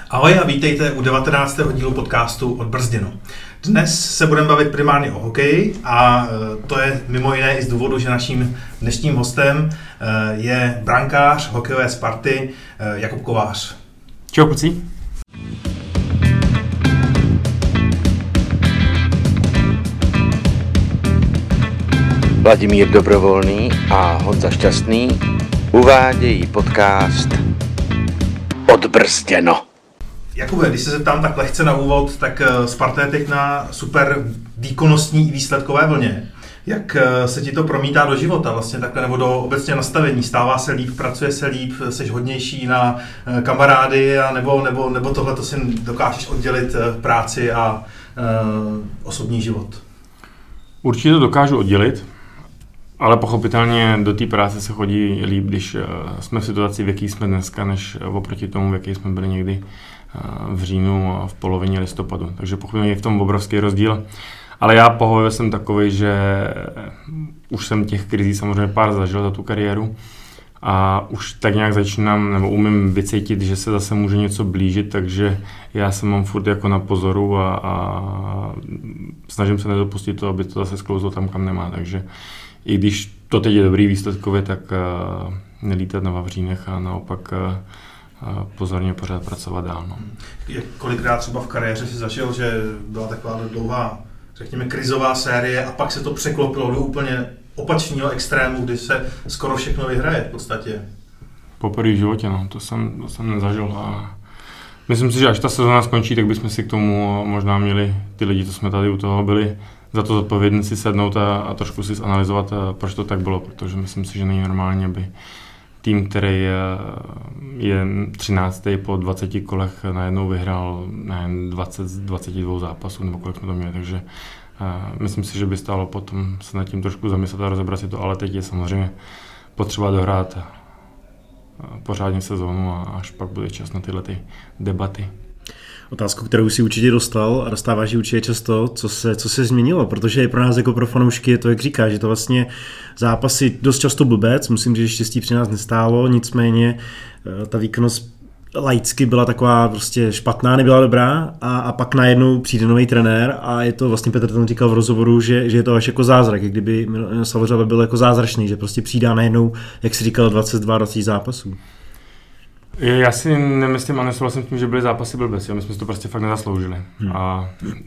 Ahoj a vítejte u 19. dílu podcastu Odbrzděno. Dnes se budeme bavit primárně o hokeji a to je mimo jiné i z důvodu, že naším dnešním hostem je brankář hokejové Sparty Jakub Kovář. Čau kluci. Vladimír Dobrovolný a Honza Šťastný uvádějí podcast Odbrzděno. Jakube, když se zeptám tak lehce na úvod, tak Sparta je teď na super výkonnostní výsledkové vlně. Jak se ti to promítá do života vlastně takhle, nebo do obecně nastavení? Stává se líp, pracuje se líp, jsi hodnější na kamarády, a nebo tohle to si dokážeš oddělit práci a osobní život? Určitě to dokážu oddělit, ale pochopitelně do té práce se chodí líp, když jsme v situaci, v jaký jsme dneska, než oproti tomu, v jaký jsme byli někdy v říjnu a v polovině listopadu. Takže pochopitelně je v tom obrovský rozdíl. Ale já pohodě jsem takovej, že už jsem těch krizí samozřejmě pár zažil za tu kariéru a už tak nějak začínám, nebo umím vycítit, že se zase může něco blížit, takže já se mám furt jako na pozoru a snažím se nedopustit to, aby to zase sklouzlo tam, kam nemá. Takže i když to teď je dobrý výsledkově, tak nelítat na vavřínech a naopak pozorně pořád pracovat dál. No. Kolikrát třeba v kariéře si zažil, že byla taková dlouhá, řekněme, krizová série a pak se to překlopilo do úplně opačného extrému, kdy se skoro všechno vyhraje v podstatě? Poprvé v životě, no. To jsem nezažil a myslím si, že až ta sezóna skončí, tak bychom si k tomu možná měli ty lidi, co jsme tady u toho byli, za to zodpovědní si sednout a trošku si zanalyzovat, proč to tak bylo, protože myslím si, že není normálně, aby tým, který je 13. po 20 kolech najednou vyhrál 20 z 22 zápasů, nebo kolik jsme to měli, takže myslím si, že by stálo potom se nad tím trošku zamyslet a rozebrat si to, ale teď je samozřejmě potřeba dohrát pořádně sezónu a až pak bude čas na tyhle ty debaty. Otázku, kterou si určitě dostal a dostáváš ji určitě často, co se změnilo, protože pro nás jako pro fanoušky je to, jak říkáš, že to vlastně zápasy dost často blbec, musím říct, že štěstí při nás nestálo, nicméně ta výkonnost laicky byla taková prostě špatná, nebyla dobrá a pak najednou přijde nový trenér a je to vlastně Petr tam říkal v rozhovoru, že je to až jako zázrak, jak kdyby samozřejmě byl jako zázračný, že prostě přijde najednou, jak si říkal, 22 zápasů. Já si nemyslím a nesouhlasím s tím, že byly zápasy blbec, my jsme si to prostě fakt nezasloužili. A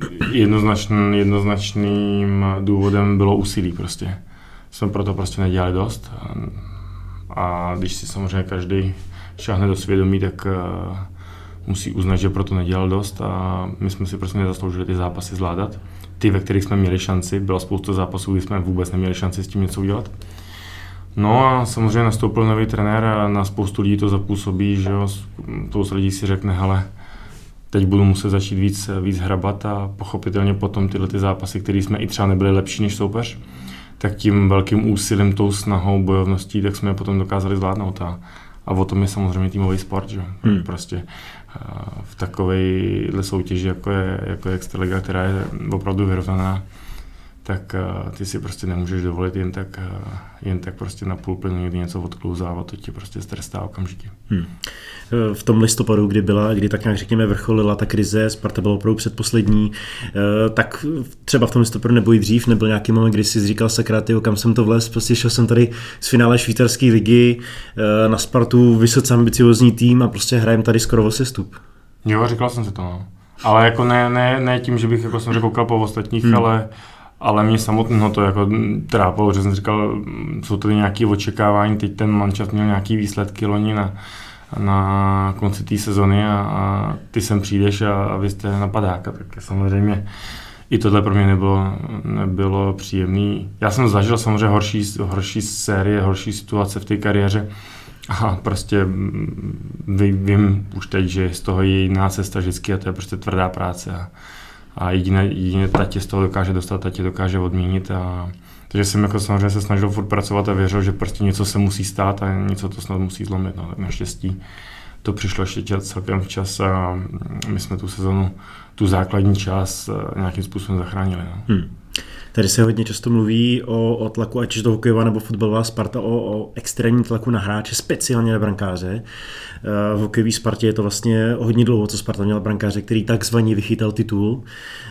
jednoznačným důvodem bylo úsilí prostě. Jsme proto prostě nedělali dost a když si samozřejmě každý šáhne do svědomí, tak musí uznat, že proto nedělal dost a my jsme si prostě nezasloužili ty zápasy zvládat. Ty, ve kterých jsme měli šanci, byla spousta zápasů, kdy jsme vůbec neměli šanci s tím něco udělat. No a samozřejmě nastoupil nový trenér a na spoustu lidí to zapůsobí, že jo, spousta lidí si řekne, hele, teď budu muset začít víc hrabat a pochopitelně potom tyhle ty zápasy, které jsme i třeba nebyli lepší než soupeř, tak tím velkým úsilím, tou snahou, bojovností, tak jsme je potom dokázali zvládnout a o tom je samozřejmě týmový sport, že prostě v takovejhle soutěži, jako je Extraliga, která je opravdu vyrovnaná, tak ty si prostě nemůžeš dovolit jen tak prostě na půl plynu někdy něco odklouzávat, to tě prostě strestá okamžitě. V tom listopadu, kdy tak nějak řekněme vrcholila ta krize, Sparta byla opravdu předposlední, tak třeba v tom listopadu nebo i dřív nebyl nějaký moment, kdy jsi říkal sakra, tyjo, kam jsem to vlez, prostě šel jsem tady z finále švýcarské ligy na Spartu, vysoce ambiciozní tým a prostě hrajem tady skoro o sestup. Jo, říkal jsem si to, no. Ale jako ne tím, že bych jako jsem koukal po ostatních, ale mě samotného to jako trápilo, že jsem říkal, jsou tady nějaké očekávání, teď ten manšaft měl nějaké výsledky loni na konci té sezony a ty sem přijdeš a vy jste napadáka, tak samozřejmě i tohle pro mě nebylo příjemný. Já jsem zažil samozřejmě horší série, horší situace v té kariéře a prostě vím už teď, že z toho je jiná cesta vždycky a to je prostě tvrdá práce a jedině ta tě z toho dokáže dostat, ta tě dokáže odměnit takže jsem jako samozřejmě se snažil furt pracovat a věřil, že prostě něco se musí stát a něco to snad musí zlomit. No, tak naštěstí to přišlo ještě celkem včas a my jsme tu sezonu, tu základní část nějakým způsobem zachránili. No. Tady se hodně často mluví o tlaku, ať už to hokejová nebo fotbalová Sparta, o extrémním tlaku na hráče, speciálně na brankáře. V hokejové Spartě je to vlastně hodně dlouho, co Sparta měla brankáře, který takzvaně vychytal titul.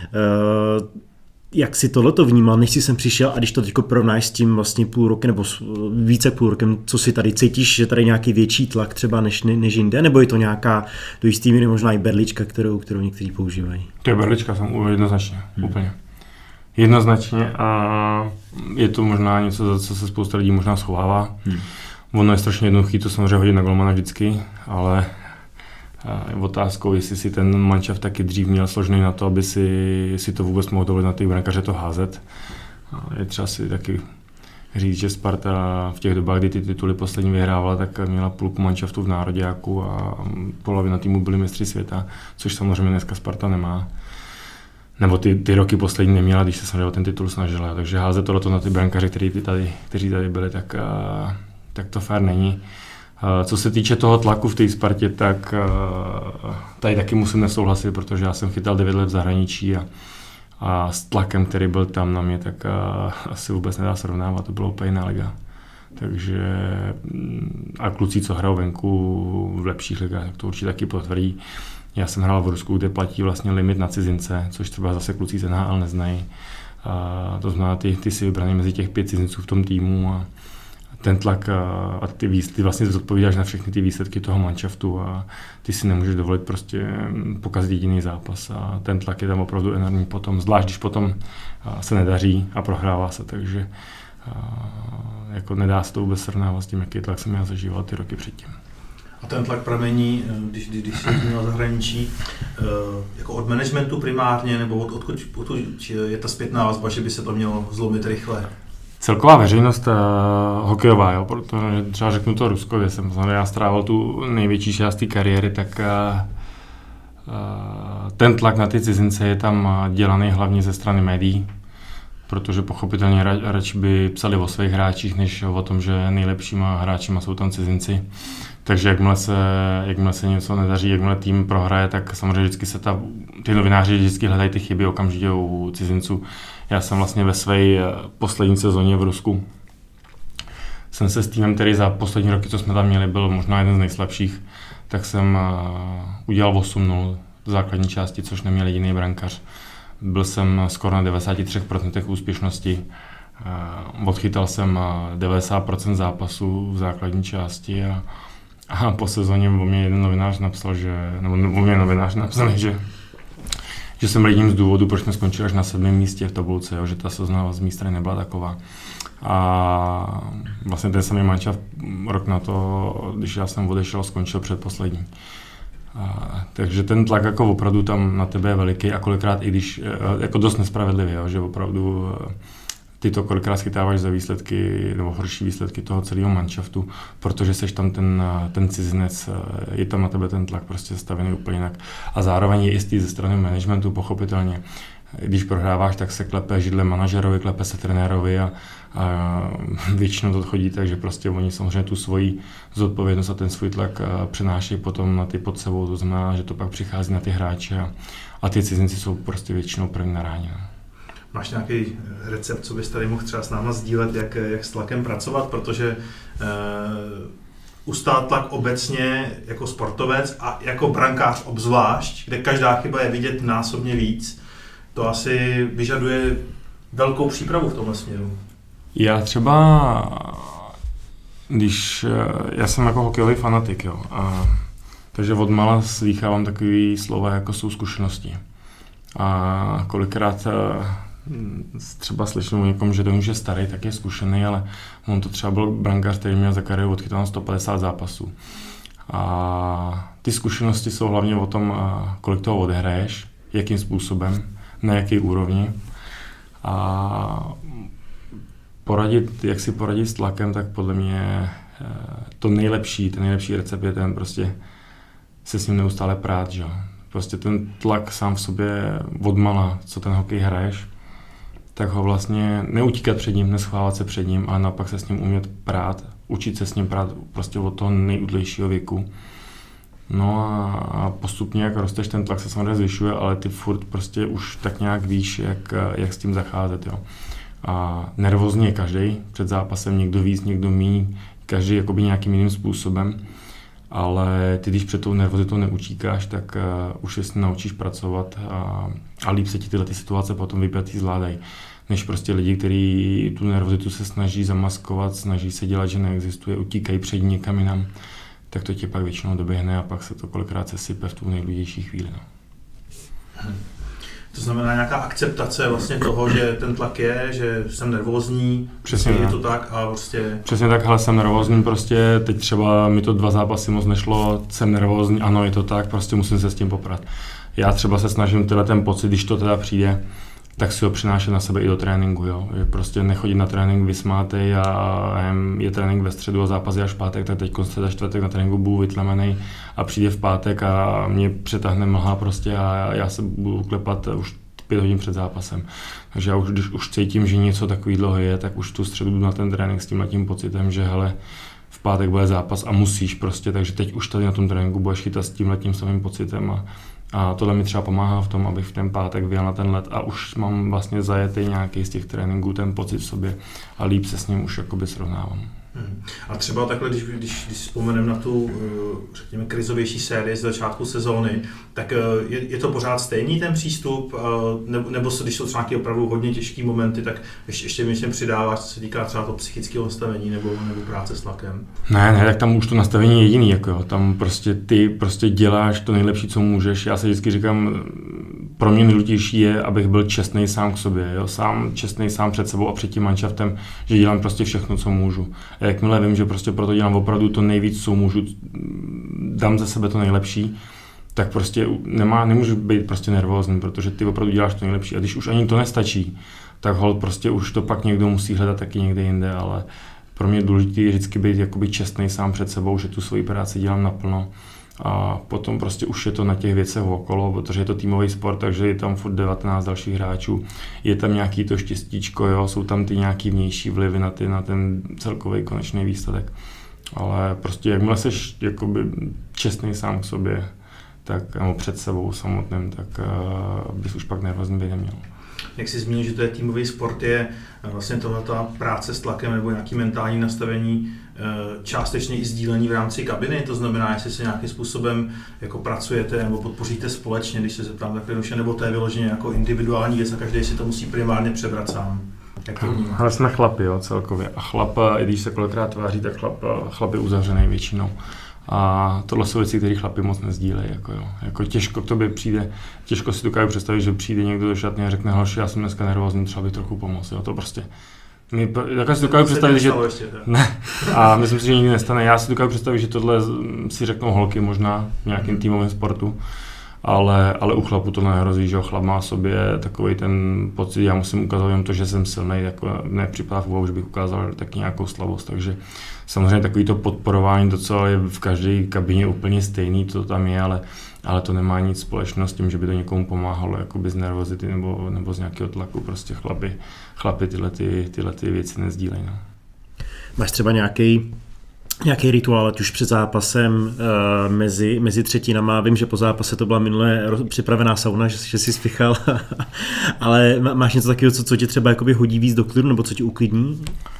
Jak si tohleto vnímal, než jsi sem přišel a když to teď porovnáš s tím vlastně půl rokem nebo více půl rokem, co si tady cítíš, že tady nějaký větší tlak třeba než jinde, nebo je to nějaká do jistý míry možná i berlička, kterou někteří používají? To je berlička, jednoznačně, úplně. Jednoznačně a je to možná něco, za co se spousta lidí možná schovává. Ono je strašně jednoduchý to samozřejmě hodit na golmana vždycky, ale je otázkou, jestli si ten manšaft taky dřív měl složený na to, aby si to vůbec mohl dovolit na ty brankaře to házet. Je třeba si taky říct, že Sparta v těch dobách, kdy ty tituly poslední vyhrávala, tak měla půlku manšaftu v nároďáku a polovina týmu byli mistři světa, což samozřejmě dneska Sparta nemá. Nebo ty roky poslední neměla, když se samozřejmě o ten titul snažila. Takže házet tohleto na ty brankaře, kteří tady byli, tak to fér není. Co se týče toho tlaku v té Spartě, tak tady taky musím nesouhlasit, protože já jsem chytal 9 let v zahraničí a s tlakem, který byl tam na mě, tak asi vůbec nedá srovnávat, to bylo úplně jiná liga. Takže a kluci, co hrajou venku v lepších ligách, tak to určitě taky potvrdí. Já jsem hrál v Rusku, kde platí vlastně limit na cizince, což třeba zase kluci z NHL neznají. To znamená, ty si vybraný mezi těch 5 cizinců v tom týmu a ten tlak a ty vlastně zodpovídáš na všechny ty výsledky toho manšaftu a ty si nemůžeš dovolit prostě pokazit jediný zápas a ten tlak je tam opravdu enormní potom, zvlášť když potom se nedaří a prohrává se, takže jako nedá se to vůbec srovnávat s tím, jaký tlak jsem já zažíval ty roky předtím. A ten tlak pramení, když jsi měl zahraničí, jako od managementu primárně, nebo odkud je ta zpětná vazba, že by se to mělo zlomit rychle? Celková veřejnost hokejová, jo, protože třeba řeknu to Rusko, kde jsem já strávil tu největší část té kariéry, tak ten tlak na ty cizince je tam dělaný hlavně ze strany médií, protože pochopitelně radši by psali o svých hráčích, než o tom, že nejlepšíma hráčima jsou tam cizinci. Takže jakmile se něco nedaří, jakmile tým prohraje, tak samozřejmě vždycky se ty novináři vždycky hledají ty chyby okamžitě u cizinců. Já jsem vlastně ve své poslední sezóně v Rusku jsem se s týmem, který za poslední roky, co jsme tam měli, byl možná jeden z nejslabších, tak jsem udělal 8-0 v základní části, což neměl jediný brankař. Byl jsem skoro na 93% úspěšnosti. Odchytal jsem 90% zápasů v základní části a po sezóně o mě jeden novinář napsal, že jsem jedním z důvodů, proč jsme skončili až na 7. místě v tabulce, že ta sezóna z mé strany nebyla taková. A vlastně ten samý manšaft rok na to, když já jsem odešel, skončil předposlední. Takže ten tlak jako opravdu tam na tebe je veliký a kolikrát i když, jako dost nespravedlivý, že opravdu ty to kolikrát schytáváš za výsledky nebo horší výsledky toho celého manšaftu, protože seš tam ten cizinec, je tam na tebe ten tlak prostě stavený úplně jinak. A zároveň je jistý ze strany managementu, pochopitelně. Když prohráváš, tak se klepe židle manažerovi, klepe se trenérovi a většinou to chodí tak, že prostě oni samozřejmě tu svoji zodpovědnost a ten svůj tlak přenáší potom na ty pod sebou, to znamená, že to pak přichází na ty hráče a ty cizinci jsou prostě většinou první na ráně. Máš nějaký recept, co bys tady mohl třeba s náma sdílet, jak s tlakem pracovat, protože ustát tlak obecně jako sportovec a jako brankář obzvlášť, kde každá chyba je vidět násobně víc, to asi vyžaduje velkou přípravu v tomhle směru. Já třeba, já jsem jako hokejový fanatik, jo, takže odmala slýchávám takový slova, jako jsou zkušenosti. A kolikrát třeba slyším o někom, že to už je starý, tak je zkušený, ale on to třeba byl brankář, který měl za kariéru odchytáno 150 zápasů. A ty zkušenosti jsou hlavně o tom, kolik toho odehraješ, jakým způsobem, na jaký úrovni. A jak si poradit s tlakem, tak podle mě ten nejlepší recept je ten prostě se s ním neustále prát, že? Prostě ten tlak sám v sobě odmala, co ten hokej hraješ, tak ho vlastně neutíkat před ním, neschvávat se před ním, ale naopak se s ním umět prát, učit se s ním prát prostě od toho nejútlejšího věku. No a postupně, jak rosteš, ten tlak se samozřejmě zvyšuje, ale ty furt prostě už tak nějak víš, jak s tím zacházet, jo. A nervózní je každý před zápasem, někdo víc, někdo míň, každý jakoby nějakým jiným způsobem. Ale ty, když před tou nervozitou neučíkáš, tak už se s tím naučíš pracovat a líp se ti tyhle ty situace potom vypjatý zvládají. Než prostě lidi, kteří tu nervozitu se snaží zamaskovat, snaží se dělat, že neexistuje, utíkají před někam jinam, tak to tě pak většinou doběhne a pak se to kolikrát sesype v tu nejdůležitější chvíli. No. To znamená nějaká akceptace vlastně toho, že ten tlak je, že jsem nervózní, přesně je to tak a prostě... Přesně tak, hele, jsem nervózní, prostě teď třeba mi to 2 zápasy moc nešlo, jsem nervózní, ano, je to tak, prostě musím se s tím poprat. Já třeba se snažím ten pocit, když to teda přijde, tak si ho přinášet na sebe i do tréninku, jo. Je prostě nechodit na trénink vysmátej a je trénink ve středu a zápas je až v pátek, tak teď za čtvrtek na tréninku budu vytlemenej a přijde v pátek a mě přetáhne mlha prostě a já se budu klepat už 5 hodin před zápasem. Takže já když už cítím, že něco takového je, tak už tu středu jdu na ten trénink s tímhletím pocitem, že hele, v pátek bude zápas a musíš prostě, takže teď už tady na tom tréninku budeš chytat s tímhletím samým pocitem a tohle mi třeba pomáhá v tom, abych v ten pátek vyjel na ten let a už mám vlastně zajetý nějaký z těch tréninků ten pocit v sobě a líp se s ním už jakoby srovnávám. A třeba takhle, když vzpomeneme na tu, řekněme, krizovější sérii z začátku sezóny, tak je to pořád stejný ten přístup, nebo se, když jsou třeba nějaké opravdu hodně těžké momenty, tak ještě mi přidáváš, co se týká třeba toho psychického nastavení nebo práce s tlakem? Ne, tak tam už to nastavení je jediný, jako jo. Tam prostě ty prostě děláš to nejlepší, co můžeš. Já se vždycky říkám, pro mě nejdůležitější je, abych byl čestný sám k sobě, jo. Čestný sám před sebou a před tím manšaftem, že dělám prostě všechno, co můžu. A jakmile vím, že prostě proto dělám opravdu to nejvíc, co můžu, dám za sebe to nejlepší, tak prostě nemůžu být prostě nervózní, protože ty opravdu děláš to nejlepší. A když už ani to nestačí, tak holt prostě už to pak někdo musí hledat taky někde jinde, ale pro mě důležité je vždycky být jakoby čestný sám před sebou, že tu svoji práci dělám naplno. A potom prostě už je to na těch věcech okolo, protože je to týmový sport, takže je tam furt 19 dalších hráčů, je tam nějaký to štěstíčko, jo, jsou tam ty nějaký vnější vlivy na ten celkový konečný výsledek. Ale prostě jakmile seš jakoby čestný sám k sobě, tak nebo před sebou samotným, tak bys už pak nervózní být neměl. Jak jsi zmínil, že to je týmový sport, je vlastně tohleta práce s tlakem nebo nějaký mentální nastavení částečně i sdílení v rámci kabiny, to znamená, jestli se nějakým způsobem jako pracujete nebo podpoříte společně, když se zeptám takhle noše, nebo to je vyloženě jako individuální věc a každý si to musí primárně přebrat sám. Jak to vnímáš? Ale jsme chlapi, jo, celkově. A chlap, i když se kolikrát tváří, tak chlap je uzavřený většinou. A tohle jsou věci, které chlapi moc nezdílejí. Jako těžko k tobě přijde, těžko si dokážu představit, že přijde někdo do šatny a řekne, hoši, já jsem dneska nervózní, třeba bych trochu pomohl. To prostě. Takhle si dokážu představit, že... Ne. A myslím si, že nikdy nestane. Já si dokážu představit, že tohle si řeknou holky možná v nějakém týmovém sportu. Ale u chlapu to nehrozí, že chlap má v sobě takový ten pocit, já musím ukázat jen to, že jsem silný, jako nepřipadá v úvahu, že bych ukázal taky nějakou slabost, takže samozřejmě takový to podporování, to, co je v každé kabině úplně stejný, to tam je, ale to nemá nic společného s tím, že by to někomu pomáhalo jakoby z nervozity nebo z nějakého tlaku, prostě chlapi tyhle věci nezdílejí. No. Máš třeba nějaký rituál, ať už před zápasem mezi třetinama? Vím, že po zápase to byla minulé připravená sauna, že jsi spěchal, ale máš něco takového, co tě třeba jakoby hodí víc do klidu, nebo co tě uklidní?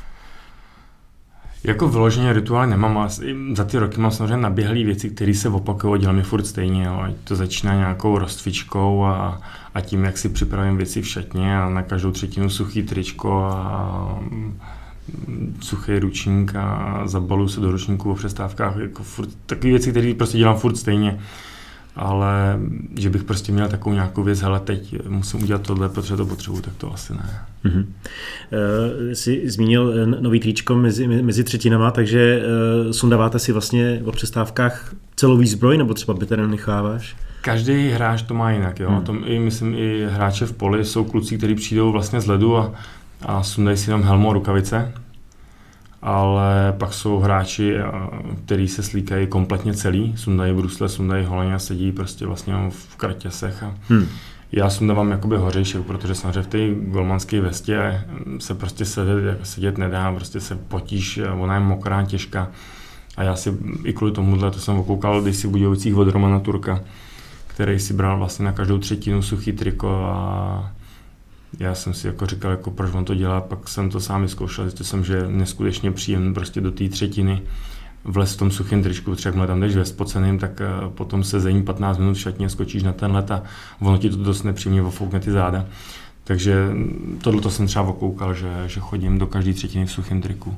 Jako vyloženě rituály nemám, za ty roky mám samozřejmě naběhlý věci, které se opakují, dělám je furt stejně, jo. To začíná nějakou rozcvičkou a tím, jak si připravím věci v šatně a na každou třetinu suchý tričko a suchý ručník a zabaluju se do ručníku o přestávkách, jako furt, takové věci, které prostě dělám furt stejně, ale že bych prostě měl takovou nějakou věc, hele, teď musím udělat tohle, protože to potřebuji, tak to asi ne. Mm-hmm. Jsi zmínil nový tričko mezi třetinama, takže sundáváte si vlastně o přestávkách celou výzbroj, nebo třeba beterem necháváš? Každý hráč to má jinak, jo. Tom myslím i hráče v poli jsou kluci, kteří přijdou vlastně z ledu a sundají si tam helmu a rukavice, ale pak jsou hráči, kteří se slíkají kompletně celý, sundají brusle, sundají holeně a sedí prostě vlastně v kraťasech. Já sundávám jakoby hořejšek, protože samozřejmě v té golmanské vestě se prostě sedět nedá, prostě se potíš, ona je mokrá, těžká. A já si i kvůli tomuhle, to jsem okoukal kdysi v Budějovicích od Romana Turka, který si bral vlastně na každou třetinu suchý triko a já jsem si jako říkal, jako proč on to dělá, pak jsem to sám vyzkoušel, zjistil jsem, že je neskutečně příjemný prostě do té třetiny vlez v tom suchém tričku, třeba jakmile tam jdeš ve spoceným, tak potom sezení 15 minut v šatně, skočíš na ten let a ono ti to dost nepříjemně ofoukne ty záda. Takže tohleto jsem třeba okoukal, že chodím do každé třetiny v suchém triku.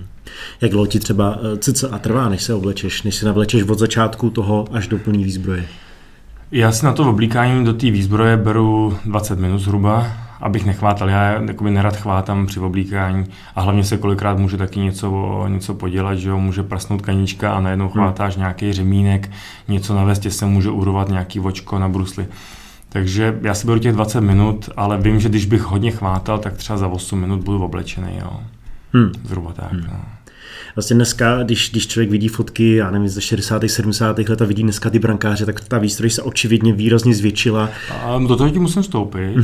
Jak dlouho ti třeba cca trvá, než se oblečeš, než si navlečeš od začátku toho až do plný výzbroje? Já si na to oblíkání do té výzbroje beru 20 minut zhruba, abych nechvátal. Já jakoby nerad chvátám při oblíkání a hlavně se kolikrát může taky něco podělat, že jo, může prasnout kanička a najednou chvátáš nějaký řemínek, něco na vestě se může urovat nějaký vočko na brusli. Takže já si beru těch 20 minut, ale vím, že když bych hodně chvátal, tak třeba za 8 minut budu oblečený, jo. Zhruba tak, no. Vlastně dneska, když člověk vidí fotky, já nevím, ze 60. 70. let a vidí dneska ty brankáře, tak ta výstroj se očividně výrazně zvětšila. Do toho ti musím vstoupit.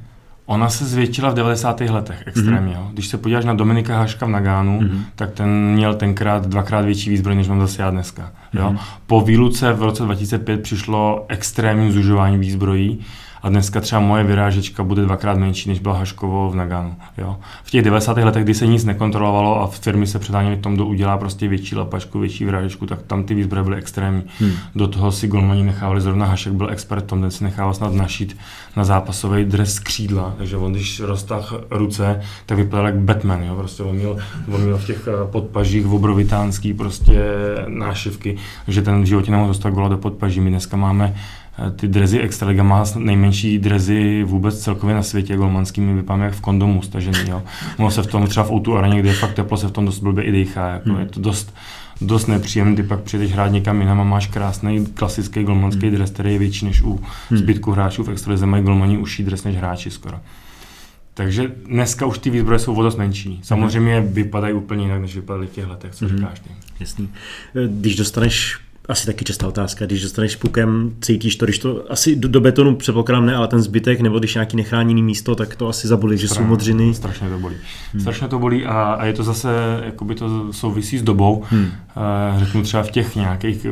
Ona se zvětšila v 90. letech extrémně. Když se podíváš na Dominika Haška v Nagánu, tak ten měl tenkrát 2x větší výzbroj, než mám zase já dneska. Jo? Po výluce v roce 2005 přišlo extrémní zužování výzbrojí a dneska třeba moje vyrážečka bude 2x menší, než byla Haškovo v Nagánu. Jo? V těch 90. letech, kdy se nic nekontrolovalo a firmy se předáněly k tomu, kdo udělá prostě větší lapačku, větší vyrážečku, tak tam ty výzbroje byly extrémní. Do toho si golmani nechávali, zrovna Hašek byl expert, ten si nechával snad našít na zápasový dres křídla, takže on když roztáhl ruce, tak vypadal jak Batman, jo? Prostě on měl v těch podpažích obrovitánský prostě nášivky, že ten v životě nemohl dostat gola do podpaží. My dneska máme ty drezy Extraliga má nejmenší drezy vůbec celkově na světě, golmanskými vypadáme jak v kondomu stažený, jo. Mohlo se v tom třeba v O2 areně, kde je fakt teplo, se v tom dost blbě i dýchá, jako je to dost nepříjemný, ty pak přijdeš hrát někam jinam a máš krásný klasický golmanský dres, který je větší než u zbytku hráčů v Extralize, mají golmani užší dres než hráči skoro. Takže dneska už ty výzbroje jsou o dost menší. Samozřejmě vypadají úplně jinak, než vypadaly v těch letech, co říkáš ty. Jasný. Když dostaneš, asi taky častá otázka, když dostaneš pukem, cítíš to, když to asi do betonu předpokládám ne, ale ten zbytek, nebo když nějaký nechráněný místo, tak to asi zabolí, že jsou modřiny. Strašně to bolí. Strašně to bolí a je to zase, jakoby to souvisí s dobou. Řeknu třeba v těch nějakých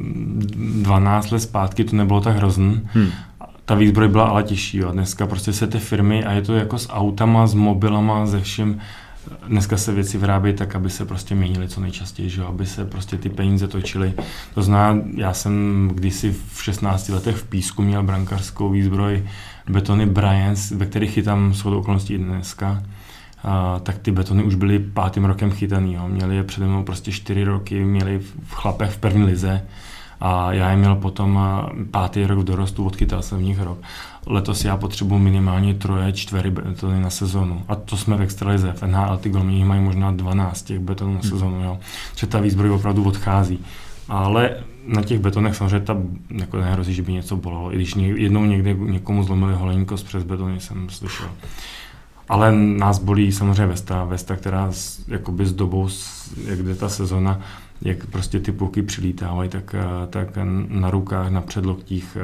12 let zpátky to nebylo tak hrozný. Ta výzbroj byla ale těžší. Jo. Dneska prostě se ty firmy, a je to jako s autama, s mobilama, ze vším, dneska se věci vyrábějí tak, aby se prostě měnily co nejčastěji, že? Aby se prostě ty peníze točily. To znamená, já jsem kdysi v 16 letech v Písku měl brankářskou výzbroj betony Bryans, ve kterých chytám shodou okolností i dneska. Tak ty betony už byly 5. rokem chytaný. Jo. Měli je přede mnou prostě 4 roky, měli v chlapech v první lize. A já je měl potom 5. rok v dorostu, odchytal jsem v nich rok. Letos já potřebuji minimálně 3-4 betony na sezonu. A to jsme v Extralize. V NHL ty golmani mají možná 12 těch betonů na sezonu. Jo. Že ta výzbroj opravdu odchází. Ale na těch betonech samozřejmě jako nehrozí, že by něco bolelo. I když jednou někde někomu zlomili holenko přes betony, jsem slyšel. Ale nás bolí samozřejmě Vesta, která jakoby s dobou, jak jde ta sezona, jak prostě ty puky přilítávají, tak na rukách, na předloktích,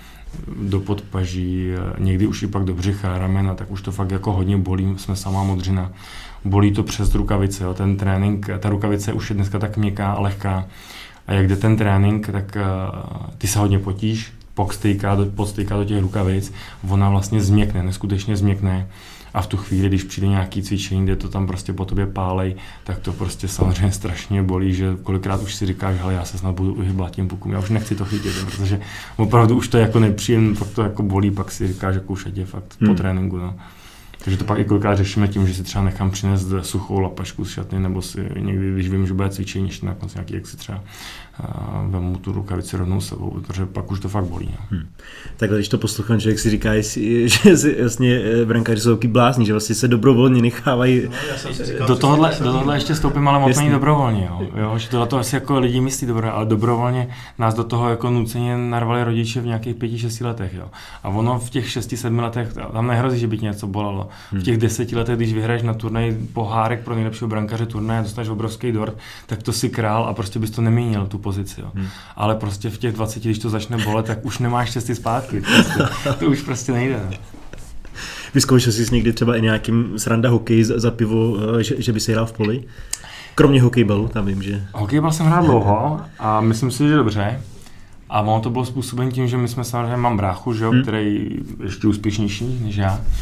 do podpaží, někdy už i pak do břicha, ramena, tak už to fakt jako hodně bolí, jsme samá modřina. Bolí to přes rukavice, jo. Ten trénink, ta rukavice už je dneska tak měkká a lehká. A jak jde ten trénink, tak ty se hodně potíš, podstýká do těch rukavic, ona vlastně změkne, neskutečně změkne. A v tu chvíli, když přijde nějaký cvičení, kde to tam prostě po tobě pálej, tak to prostě samozřejmě strašně bolí, že kolikrát už si říkáš, hele, já se snad budu uhyblat tím pukům, já už nechci to chytit, protože opravdu už to je jako nepříjemné, pak to jako bolí, pak si říkáš, jako už je fakt po tréninku, no. Takže to pak i kolikrát řešíme tím, že si třeba nechám přinést suchou lapačku z šatny, nebo si někdy, když vím, že bude cvičení, ještě na konci nějaký, jak si třeba vemu tu rukavici rovnou sebou, protože pak už to fakt bolí. No. Takhle, když to poslouchám, člověk si říká, že si vlastně brankáři jsou taky blázni, že vlastně se dobrovolně nechávají. No, do tohohle ještě stoupím, ale moc není dobrovolně. Jo, že tohle to asi jako lidi myslí ale dobrovolně nás do toho jako nuceně narvali rodiče v nějakých 5-6 letech. Jo. A ono v těch 6-7 letech, tam nehrozí, že by tě něco bolelo. V těch 10 letech, když vyhraješ na turnaj pohárek pro nejlepšího brankáře turnaje a dostaneš obrovský dort, tak to si král a prostě bys to neměnil, tu pozici. Jo. Ale prostě v těch 20, když to začne bolet, tak už nemáš cesty zpátky. To už prostě nejde. Ne? Vyzkoušel jsi někdy třeba i nějakým sranda hokej za pivo, že by si hrál v poli? Kromě hokejbalu, tam vím, že... Hokejbal jsem hrál dlouho a myslím si, že dobře. A ono to bylo způsoben tím, že my jsme samozřejmě, mám bráchu, že jo, který je ještě úspěšnější než já.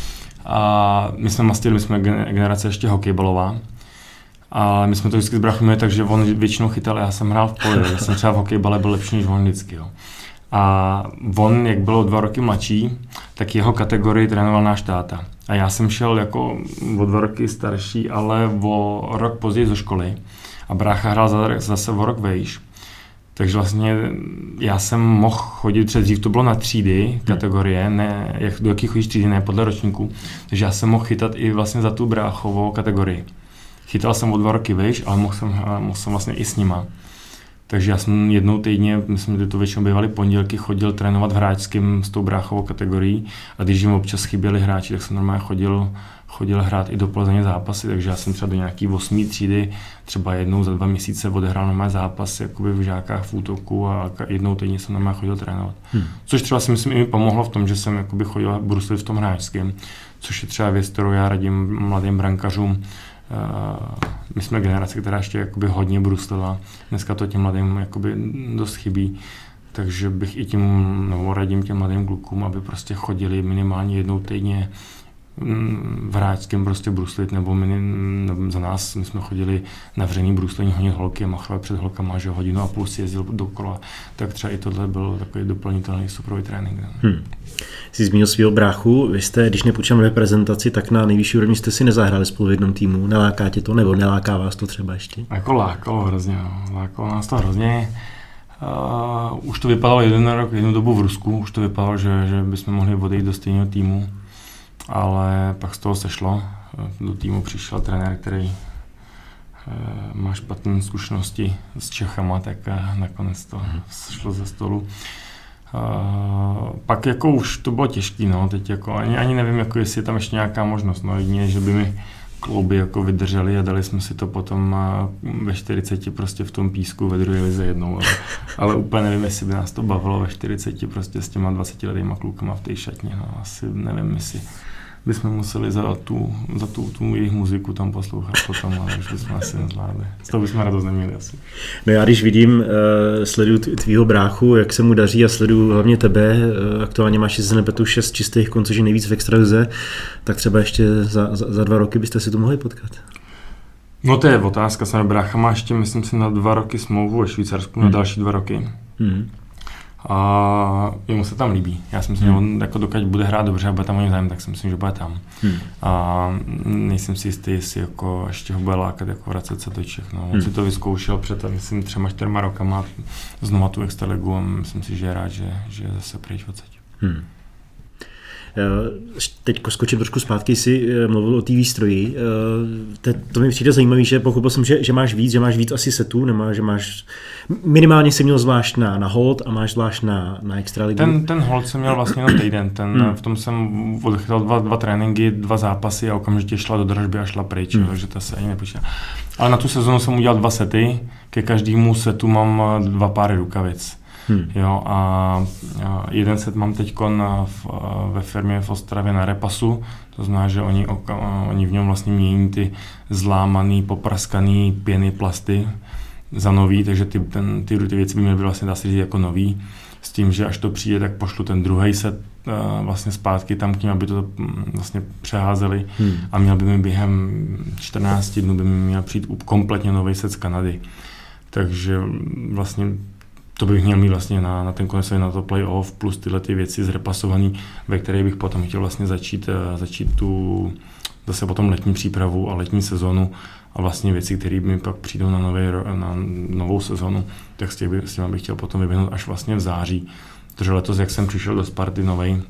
A my jsme generace ještě hokejbalová. A my jsme to vždycky s bráchou měli, takže on většinou chytal, já jsem hrál v poli, já jsem třeba v hokejbale byl lepší než on vždycky. Jo. A on, jak byl o 2 roky mladší, tak jeho kategorii trénoval náš táta. A já jsem šel jako o 2 roky starší, ale o rok později do školy. A brácha hrál zase o rok vejš. Takže vlastně já jsem mohl chodit, před dřív to bylo na třídy kategorie, ne, do jakých chodíš třídy, ne podle ročníku. Takže já jsem mohl chytat i vlastně za tu bráchovou kategorii. Chytal jsem o 2 roky vejš, ale mohl jsem vlastně i s nima. Takže já jsem jednou týdně, myslím, že to většinou bývaly pondělky, chodil trénovat v hráčském s tou bráchovou kategorií a když jim občas chyběli hráči, tak jsem normálně chodil hrát i do Plzeně zápasy, takže já jsem třeba do nějaký 8. třídy třeba jednou za 2 měsíce odehrál normálně zápas jakoby v žákách v útoku a jednou týdně jsem normálně chodil trénovat. Což třeba si myslím i mi pomohlo v tom, že jsem jakoby chodil bruslit v tom hráčském, což je třeba věc, kterou já radím mladým brankařům. My jsme generace, která ještě jakoby hodně bruslila. Dneska to těm mladým jakoby dost chybí. Takže bych i radím těm mladým klukům, aby prostě chodili minimálně jednou týdně v hráčském prostě bruslit, nebo za nás, my jsme chodili na vřený bruslení honit holky a machrovat před holkama, že 1,5 hodiny si jezdil dokola, tak třeba i tohle byl takový doplnitelný superový trénink. Jsi zmínil svého bráchu, vy jste, když nepůjčám reprezentaci, tak na nejvyšší úrovni jste si nezahráli spolu v jednom týmu. Neláká tě to, nebo neláká vás to třeba ještě? Jako lákalo hrozně, lákalo nás to hrozně. Už to vypadalo jednu dobu v Rusku, už to vypadalo, že bychom mohli odejít do stejného týmu. Ale pak z toho sešlo. Do týmu přišel trenér, který má špatné zkušenosti s Čechama, tak nakonec to šlo ze stolu. Pak jako už to bylo těžké, no, teď jako ani nevím, jako jestli je tam ještě nějaká možnost, no, jedině, že by mi kluby jako vydrželi a dali jsme si to potom ve 40 prostě v tom písku ve druhé lize jednou, ale úplně nevím, jestli by nás to bavilo ve 40 prostě s těma 20letýma klukama v té šatně, no, asi nevím, jestli bychom museli za tu jejich muziku tam poslouchat potom, ale už bychom asi nezvládli. Z toho bychom radost neměli asi. No já když vidím, sleduju tvýho bráchu, jak se mu daří a sleduju hlavně tebe, aktuálně máš, si nepletu 6 čistých kon, což je nejvíc v extralize, tak třeba ještě za 2 roky byste si to mohli potkat. No to je otázka, sám brácha má ještě, myslím si, na 2 roky smlouvu ve Švýcarsku, na další 2 roky. A jemu se tam líbí. Já si myslím, že on jako dokud bude hrát dobře a bude tam o něj zájem, tak si myslím, že bude tam. A nejsem si jistý, jestli jako ještě ho bude lákat jako vracet se do Čech. No. On si to vyzkoušel před, myslím, 3-4 rokama znova tu extraligu a myslím si, že je rád, že je zase pryč odsaď. Teď skočím trošku zpátky, jsi mluvil o té výstroji. To mi přijde zajímavé, že pochopil jsem, že máš víc asi setů, že máš minimálně si měl zvlášť na hold a máš zvlášť na extraligu. Ten hold jsem měl vlastně na týden, v tom jsem odchytal 2 tréninky, 2 zápasy a okamžitě šla do dražby a šla pryč, takže to se ani nepočítá. Ale na tu sezonu jsem udělal 2 sety, ke každému setu mám 2 páry rukavic. Jo, a jeden set mám teď ve firmě v Ostravě na repasu, to znamená, že oni v něm vlastně mění ty zlámaný, popraskaný pěny, plasty za nový, takže ty věci by měly být vlastně, dá se říct, jako nový, s tím, že až to přijde, tak pošlu ten druhý set vlastně zpátky tam k ním, aby to vlastně přeházeli a měl by mi během 14 dnů by mi měl přijít kompletně nový set z Kanady. Takže vlastně to bych měl mít vlastně na ten konec, na to play-off, plus tyhle ty věci zrepasovaný, ve které bych potom chtěl vlastně začít tu zase potom letní přípravu a letní sezonu a vlastně věci, které mi pak přijdou na novou sezonu, tak s těmi bych chtěl potom vyběhnout až vlastně v září. Protože letos, jak jsem přišel do Sparty novej,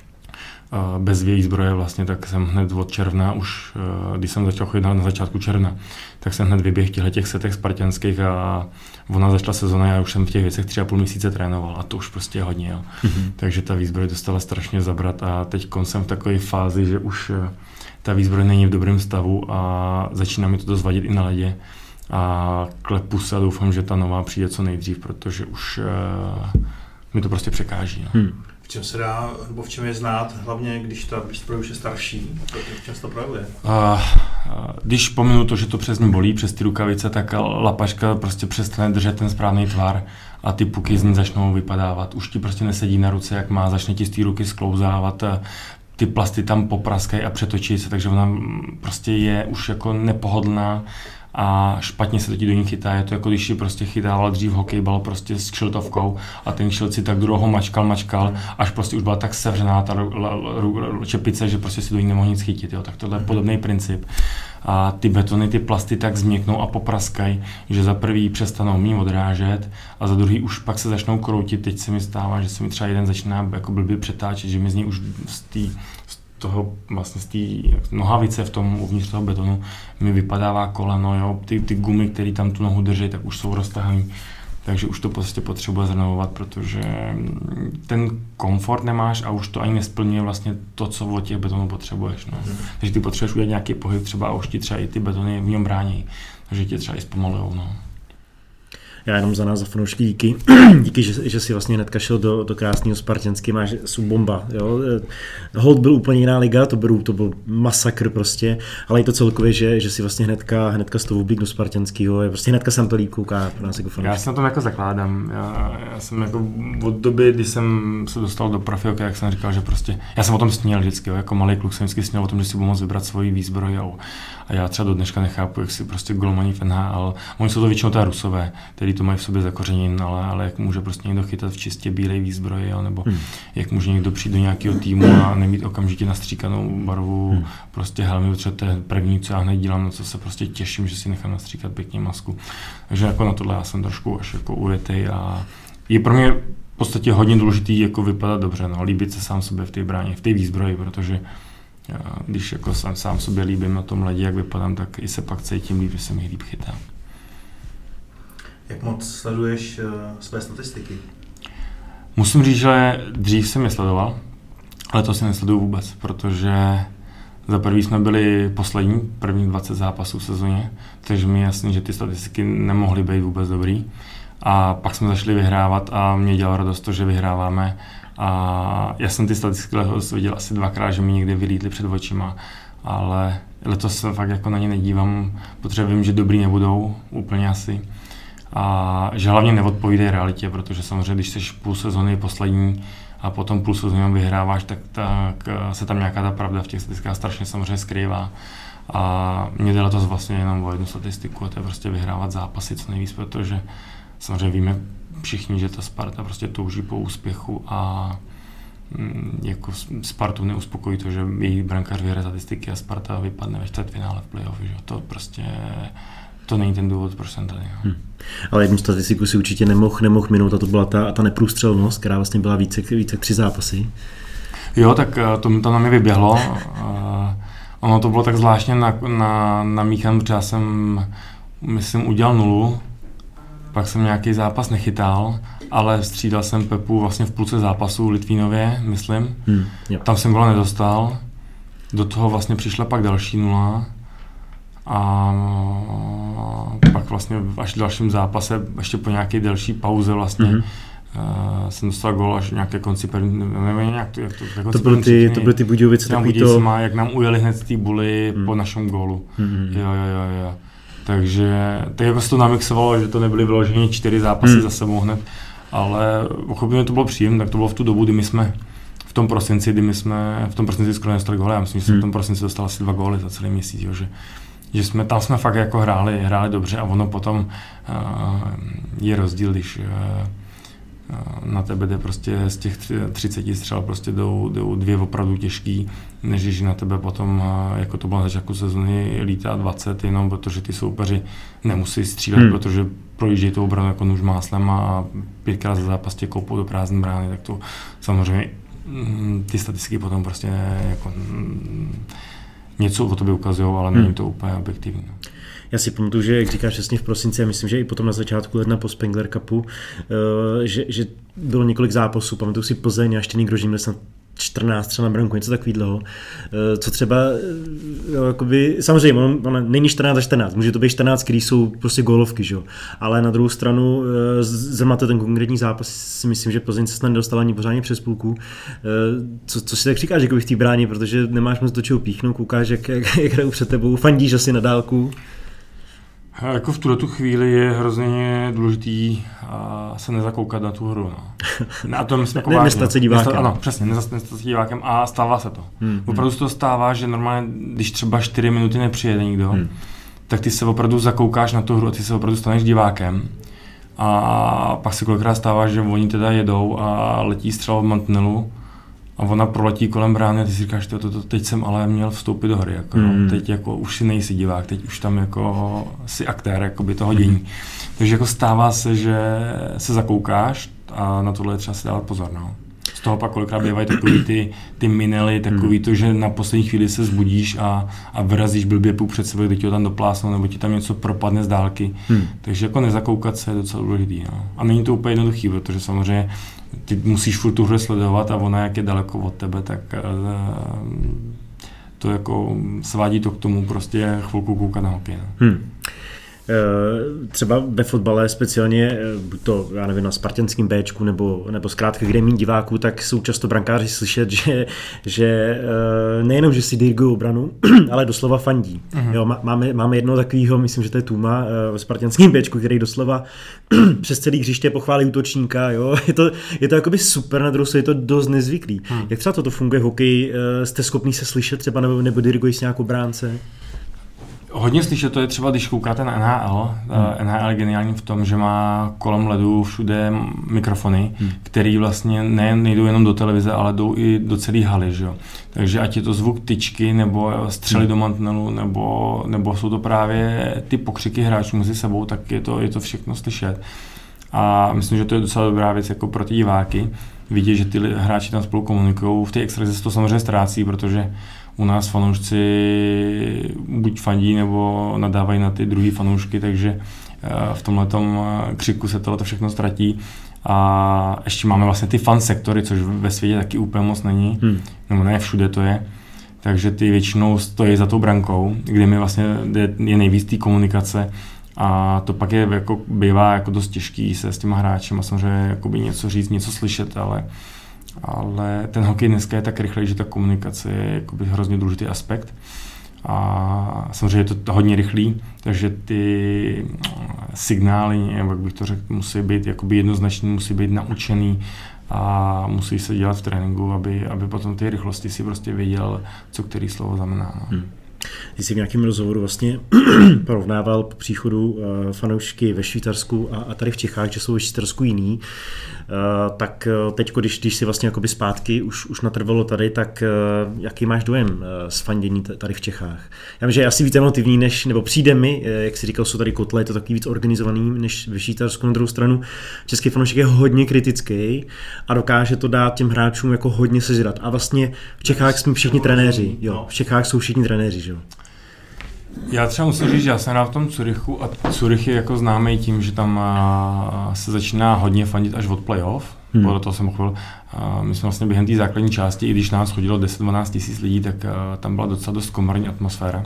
bez vějí zbroje vlastně, tak jsem hned od června už, když jsem začal chodit na začátku června, tak jsem hned vyběhl těch setech spartanských a ona začala sezona, já už jsem v těch věcech 3,5 měsíce trénoval a to už prostě je hodně. Jo. Takže ta výzbroj dostala strašně zabrat a teď jsem v takové fázi, že už ta výzbroj není v dobrém stavu a začíná mi to dost vadit i na ledě a klepu se a doufám, že ta nová přijde co nejdřív, protože už mi to prostě překáží. No. V čem se dá, nebo v čem je znát, hlavně když ta výzbroj už je starší, v čem se to projevuje? Když pominu to, že to přes ní bolí, přes ty rukavice, tak lapačka prostě přestane držet ten správný tvar a ty puky z ní začnou vypadávat. Už ti prostě nesedí na ruce, jak má, začne ti z té ruky sklouzávat. ty plasty tam popraskají a přetočí se, takže ona prostě je už jako nepohodlná a špatně se to ti do ní chytá. Je to jako když si prostě chytával dřív hokejbal prostě s kšiltovkou a ten kšilt si tak dlouho mačkal, až prostě už byla tak sevřená ta čepice, že prostě si do ní nemohl nic chytit. Jo. Tak tohle je podobný princip. A ty betony, ty plasty tak změknou a popraskají, že za prvý přestanou mít odrážet a za druhý už pak se začnou kroutit. Teď se mi stává, že se mi třeba jeden začíná jako blbě přetáčet, že mi z ní už z té nohavice v tom uvnitř toho betonu mi vypadává koleno, jo. Ty gumy, které tam tu nohu drží, tak už jsou roztahaný. Takže už to prostě potřebuje zrenovovat, protože ten komfort nemáš a už to ani nesplňuje vlastně to, co od těch betonů potřebuješ. No. Takže ty potřebuješ udělat nějaký pohyb třeba a už ti třeba i ty betony v něm brání, takže tě třeba i zpomalujou. No. Já jenom za nás, za fanoušky, díky, že si vlastně hnedka šel do krásného Spartanský, máš bomba. Jo? Hold byl úplně jiná liga, to byl masakr prostě, ale i to celkově, že si vlastně hnedka z toho vblík do Spartanského, prostě hnedka jsem to líp kouká pro nás jako fanoušky. Já se na tom jako zakládám. Já jsem jako od doby, kdy jsem se dostal do profilky, jak jsem říkal, že prostě, já jsem o tom sněl vždycky, jo? Jako malý kluk jsem vždycky sněl o tom, že si budu moct vybrat svoji výzbroj a já třeba do dneška nechápu, jak si prostě golmani v NHL, oni jsou to většinou té Rusové, který to mají v sobě zakořeněn, ale jak může prostě někdo chytat v čistě bílé výzbroji, nebo jak může někdo přijít do nějakého týmu a nemít okamžitě nastříkanou barvu prostě helmy, protože to je první, co já hned dělám, na co se prostě těším, že si nechám nastříkat pěkně masku. Takže jako na tohle já jsem trošku až jako ujetej a je pro mě v podstatě hodně důležitý jako vypadat dobře, no, líbit se sám sobě v té bráně, v té výzbroji, protože když jako sám sobě líbím na tom ledě, jak vypadám, tak i se pak cítím líp, že se mi líp chytá. Jak moc sleduješ své statistiky? Musím říct, že dřív jsem je sledoval, ale to si nesleduju vůbec, protože za prvý jsme byli první 20 zápasů v sezóně, takže mi je jasný, že ty statistiky nemohly být vůbec dobrý. A pak jsme začali vyhrávat a mě dělalo radost to, že vyhráváme. A já jsem ty statistiky letos viděl asi 2krát, že mi někde vylítly před očima, ale letos se fakt jako na ně nedívám, protože vím, že dobrý nebudou, úplně asi. A že hlavně neodpovídají realitě, protože samozřejmě, když jsi půl sezóny poslední a potom půl sezóny vyhráváš, tak se tam nějaká ta pravda v těch statistikách strašně samozřejmě skrývá. A mě jde letos vlastně jenom o jednu statistiku, a to je prostě vyhrávat zápasy co nejvíc, protože samozřejmě víme všichni, že ta Sparta prostě touží po úspěchu a jako Spartu neuspokojí to, že její brankář vyhraje statistiky a Sparta vypadne ve čtvrtfinále v playoff, že to prostě to není ten důvod, proč jsem tady. No. Ale jednu statistiku si určitě nemohl minout a to byla ta neprůstřelnost, která vlastně byla více jak 3 zápasy. Jo, tak to na mě vyběhlo. Ono to bylo tak zvláštně namíchané, protože já jsem, myslím, udělal 0, pak jsem nějaký zápas nechytal, ale střídal jsem Pepu vlastně v půlce zápasu v Litvínově, myslím. Tam jsem gola nedostal, do toho vlastně přišla pak další 0 a pak vlastně až v dalším zápase, ještě po nějaké delší pauze vlastně, jsem dostal gól až nějaké konci první, nevím jak to to byly ty Budějovice, takový to... jak nám ujeli hned z té buly po našem gólu. Jo. Takže tak jako se to namixovalo, že to nebyly vyloženě 4 zápasy za sebou hned, ale ochopně to bylo příjemné, tak to bylo v tu dobu, kdy my jsme v tom prosinci skoro nedostali góly, já myslím, že jsem v tom prosinci dostal asi 2 góly za celý měsíc, jo, že tam jsme fakt jako hráli dobře a ono potom je rozdíl, když na tebe jde prostě z těch 30 střel prostě jdou 2 opravdu těžký, než když na tebe potom, jako to bylo na začátku sezóny, lítá 20 jenom, protože ty soupeři nemusí střílet, protože projíždějí tou obranu jako nůž máslem a 5krát za zápas tě koupou do prázdné brány, tak to samozřejmě ty statistiky potom prostě jako něco o tobě ukazují, ale není to úplně objektivní. Já si pamatuju, že jak říkáš přesně v prosinci, a myslím, že i potom na začátku ledna po Spengler Cupu, že bylo několik zápasů, pamatuju si Plzeň a Štěný Grožín, měl jsem 14 třeba na branku, něco takového. Co třeba, jakoby, samozřejmě, ono není 14 za 14, může to být 14, který jsou prostě gólovky, že jo. Ale na druhou stranu, zrovna ten konkrétní zápas, si myslím, že Plzeň se snad nedostala ani pořádně přes půlku. Co si tak říkáš jako v té bráně, protože nemáš moc do čeho píchnout, koukáš, jak hrajou před tebou, fandíš asi na dálku. Jako v tuto chvíli je hrozně důležitý se nezakoukat na tu hru. No. A to myslím jako nestat se divákem. Ano, přesně, nestat se divákem a stává se to. Opravdu se to stává, že normálně, když třeba 4 minuty nepřijede nikdo, tak ty se opravdu zakoukáš na tu hru a ty se opravdu staneš divákem. A pak se kolikrát stává, že oni teda jedou a letí střela od mantinelu a ona proletí kolem brány a ty si říkáš, teď jsem ale měl vstoupit do hry. Jako, teď jako už si nejsi divák, teď už tam jako si aktér jakoby toho dění. Takže jako stává se, že se zakoukáš a na tohle je třeba si dávat pozor. No. Z toho pak kolikrát bývají takový ty minely, takový to, že na poslední chvíli se zbudíš a vyrazíš blbě půl před sebe, kdy ti ho tam doplásnou, nebo ti tam něco propadne z dálky. Takže jako nezakoukat se je docela důležitý. No. A není to úplně jednoduchý, protože samozřejmě ty musíš furt tu hru sledovat a ona jak je daleko od tebe, tak to jako svádí to k tomu prostě chvilku koukat na hokej. No. Třeba ve fotbale speciálně, buď to, já nevím, na spartanském Bčku nebo zkrátka kde mít diváků, tak jsou často brankáři slyšet, že nejenom, že si dirigují obranu, ale doslova fandí. Jo, máme jednoho takového, myslím, že to je Tuma ve spartanském Bčku, který doslova přes celý hřiště pochválí útočníka. Jo? Je to jakoby super, na druhou stranu je to dost nezvyklý. Jak třeba toto funguje v hokeji? Jste schopný se slyšet třeba nebo diriguješ s nějakou bránce? Hodně slyšet to je třeba, když koukáte na NHL. NHL je geniální v tom, že má kolem ledu všude mikrofony, které vlastně nejdou jenom do televize, ale jdou i do celé haly. Že jo? Takže ať je to zvuk tyčky, nebo střely do mantinelu, nebo jsou to právě ty pokřiky hráčů mezi sebou, tak je to všechno slyšet. A myslím, že to je docela dobrá věc jako pro ty diváky. Vidět, že ty hráči tam spolu komunikují. V té extralize to samozřejmě ztrácí, protože u nás fanoušci buď fandí, nebo nadávají na ty druhý fanoušky, takže v tomhletom křiku se tohle všechno ztratí. A ještě máme vlastně ty fan sektory, což ve světě taky úplně moc není, nebo ne všude to je. Takže ty většinou stojí za tou brankou, kde mi vlastně je nejvíc té komunikace. A to pak je jako bývá jako dost těžký se s těma hráčem a samozřejmě jakoby něco říct, něco slyšet, ale ten hokej dneska je tak rychlej, že ta komunikace je jakoby hrozně důležitý aspekt. A samozřejmě je to hodně rychlý, takže ty signály, jak bych to řekl, musí být jakoby jednoznačný, musí být naučený a musí se dělat v tréninku, aby potom ty rychlosti si prostě věděl, co který slovo znamená. No. Ty jsi v nějakém rozhovoru vlastně porovnával po příchodu fanoušky ve Švýcarsku a tady v Čechách, že jsou ve Švýcarsku jiný. Tak teď, když si vlastně jakoby zpátky už natrvalo tady, tak jaký máš dojem z fandění tady v Čechách? Já vím, že je asi víc emotivní, nebo přijde mi, jak jsi říkal, jsou tady kotle, je to taky víc organizovaný než ve Švýcarsku. Na druhou stranu český fanoušek je hodně kritický a dokáže to dát těm hráčům jako hodně sežrat. A vlastně v Čechách jsme všichni trenéři. Jo, v Čechách jsou všichni trenéři, že jo. Já třeba musím říct, že já jsem hrál v tom Curychu a Curych je jako známý tím, že tam se začíná hodně fandit až od playoff. Podle toho jsem chvíl. My jsme vlastně během té základní části, i když nás chodilo 10-12 tisíc lidí, tak tam byla docela dost komorní atmosféra.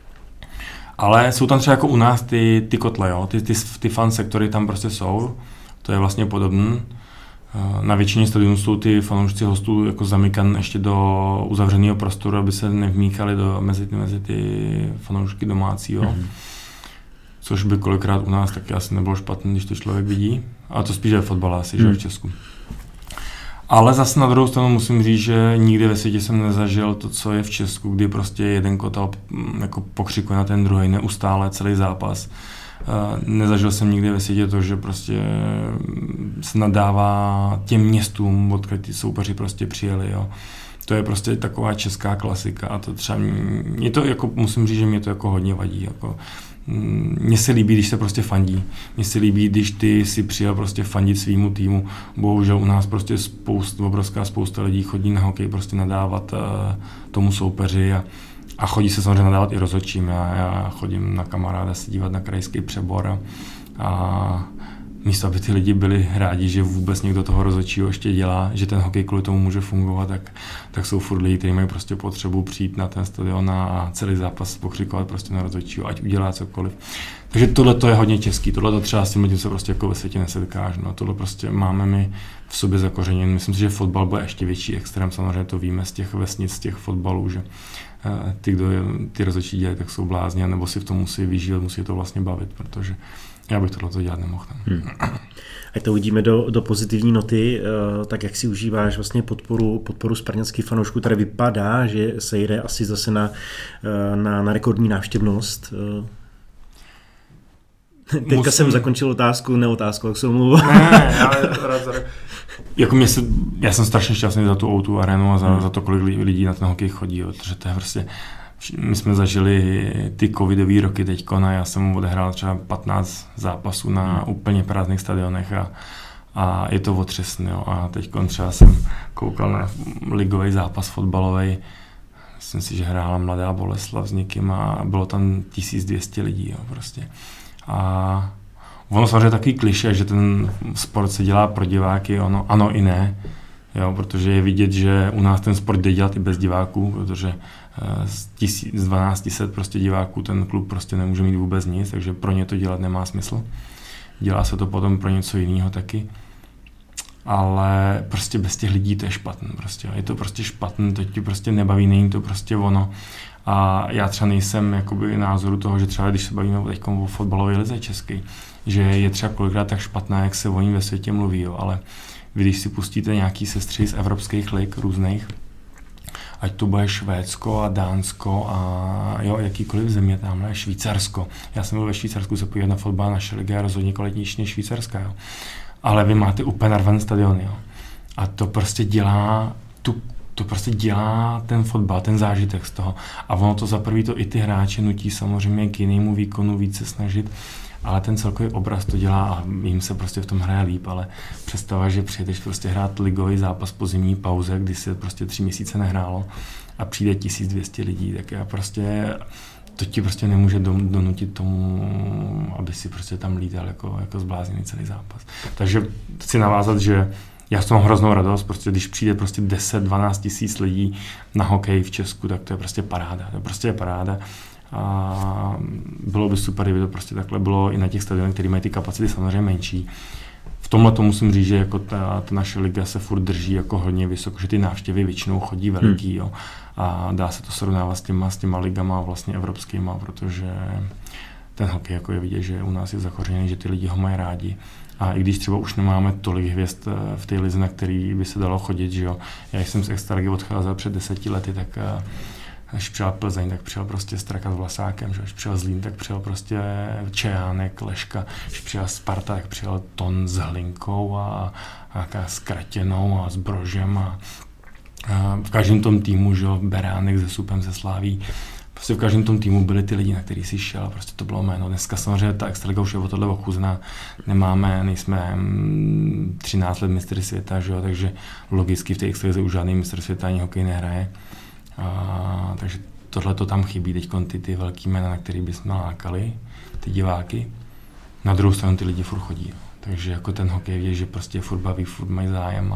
Ale jsou tam třeba jako u nás ty kotle, jo? Ty fan sektory tam prostě jsou. To je vlastně podobné. Na většině stadionů jsou ty fanoušci hostů jako zamykan ještě do uzavřeného prostoru, aby se nevmíchali mezi ty fanoušky domácího. Což by kolikrát u nás taky asi nebylo špatné, když to člověk vidí. A to spíš je fotbal asi, že v Česku. Ale zase na druhou stranu musím říct, že nikdy ve světě jsem nezažil to, co je v Česku, kdy prostě jeden kotel jako pokřikuje na ten druhý neustále celý zápas. Nezažil jsem nikdy ve světě to, že prostě se nadává těm městům, odkud ty soupeři prostě přijeli. Jo. To je prostě taková česká klasika a to třeba mě to jako, musím říct, že mě to jako hodně vadí. Jako, mně se líbí, když se prostě fandí. Mně se líbí, když ty si přijel prostě fandit svýmu týmu. Bohužel u nás prostě obrovská spousta lidí chodí na hokej prostě nadávat tomu soupeři a chodí se samozřejmě nadávat i rozhodčím. Já chodím na kamaráda se dívat na krajský přebor a místo, aby ty lidi byli rádi, že vůbec někdo toho rozhodčího ještě dělá, že ten hokej kvůli tomu může fungovat, tak jsou furt lidi, kteří mají prostě potřebu přijít na ten stadion a celý zápas pokřikovat prostě na rozhodčího, ať udělá cokoliv. Takže tohle to je hodně český, tohle to třeba s tím lidem se prostě jako ve světě nesetkáš, no tohle prostě máme my v sobě zakořeněn. Myslím si, že fotbal bude ještě větší extrém, samozřejmě to víme z těch vesnic, z těch fotbalů, že kdo ty rozhodčí dělají, tak jsou blázni, nebo si v tom musí vyžít, musí to vlastně bavit, protože já bych tohle dělat nemohl. Ať to uvidíme do pozitivní noty, tak jak si užíváš vlastně podporu sparňanských fanoušků, tady vypadá, že se jde asi zase na rekordní návštěvnost. Teďka jsem zakončil otázku, jak se omlouvám. Ne, jako já jsem strašně šťastný za tu O2 arenu a za to, kolik lidí na ten hokej chodí, protože to je prostě, my jsme zažili ty covidové roky teďko, a já jsem odehrál třeba 15 zápasů na úplně prázdných stadionech a je to otřesný, jo. A teďko třeba jsem koukal na ligový zápas fotbalový, myslím si, že hrála Mladá Boleslav s někým a bylo tam 1200 lidí, jo, prostě. A ono samozřejmě takový klišé, že ten sport se dělá pro diváky, ano i ne, jo, protože je vidět, že u nás ten sport jde dělat i bez diváků, protože z 1200 prostě diváků ten klub prostě nemůže mít vůbec nic, takže pro ně to dělat nemá smysl. Dělá se to potom pro něco jiného taky. Ale prostě bez těch lidí to je špatný. Prostě. Je to prostě špatný, to ti prostě nebaví, není to prostě ono. A já třeba nejsem jakoby názoru toho, že třeba když se bavíme teď o fotbalové lize české, že je třeba kolikrát tak špatná, jak se o ní ve světě mluví, jo. Ale vy, když si pustíte nějaký sestři z evropských lig různých, ať to bude Švédsko a Dánsko a jo, jakýkoliv země tamhle, Švýcarsko. Já jsem byl ve Švýcarsku se podívat na fotbal, naše liga je rozhodně kvalitnější než švýcarská, jo. Ale vy máte úplně narvaný stadion, jo. A to prostě dělá ten fotbal, ten zážitek z toho. A ono to za prvý to i ty hráče nutí samozřejmě k jinému výkonu více snažit, ale ten celkový obraz to dělá a jim se prostě v tom hraje líp, ale představa, že přijedeš prostě hrát ligový zápas po zimní pauze, kdy se prostě 3 měsíce nehrálo a přijde 1200 lidí, tak já prostě to ti prostě nemůže donutit tomu, aby si prostě tam lítal jako zblázněný celý zápas. Takže chci navázat, že já s tom mám hroznou radost, prostě když přijde prostě 10-12 tisíc lidí na hokej v Česku, tak to je prostě paráda. To prostě je paráda. A bylo by super, kdyby to prostě takhle bylo i na těch stadionech, které mají ty kapacity samozřejmě menší. V tomhle to musím říct, že jako ta naše liga se furt drží jako hodně vysoko, že ty návštěvy většinou chodí veliký, jo. A dá se to srovnávat s těma ligama vlastně evropskýma, protože ten hokej jako je vidět, že u nás je zakořeněný, že ty lidi ho mají rádi. A i když třeba už nemáme tolik hvězd v té lize, na který by se dalo chodit, že jo. Já jsem z extraligy odcházel před 10 lety, tak když přijel Plzeň, tak přijel prostě Straka s Vlasákem, že? Když přijel Zlín, tak přijel prostě Čejánek, Leška, když přijel Sparta, tak přijel Ton s Hlinkou a s Kratěnou a s Brožem a v každém tom týmu, že? Beránek se Supem, se Sláví. Prostě v každém tom týmu byli ty lidi, na který si šel, prostě to bylo jméno. Dneska samozřejmě ta extraliga už je o tohle ochuzená, nejsme 13 let mistry světa, že jo? Takže logicky v té extralize už žádný mistr světa ani hokej nehraje. Takže tohle to tam chybí teď ty velký jména, na který bychom lákali, ty diváky. Na druhou stranu ty lidi furt chodí. Takže jako ten hokej ví, že prostě furt baví, furt mají zájem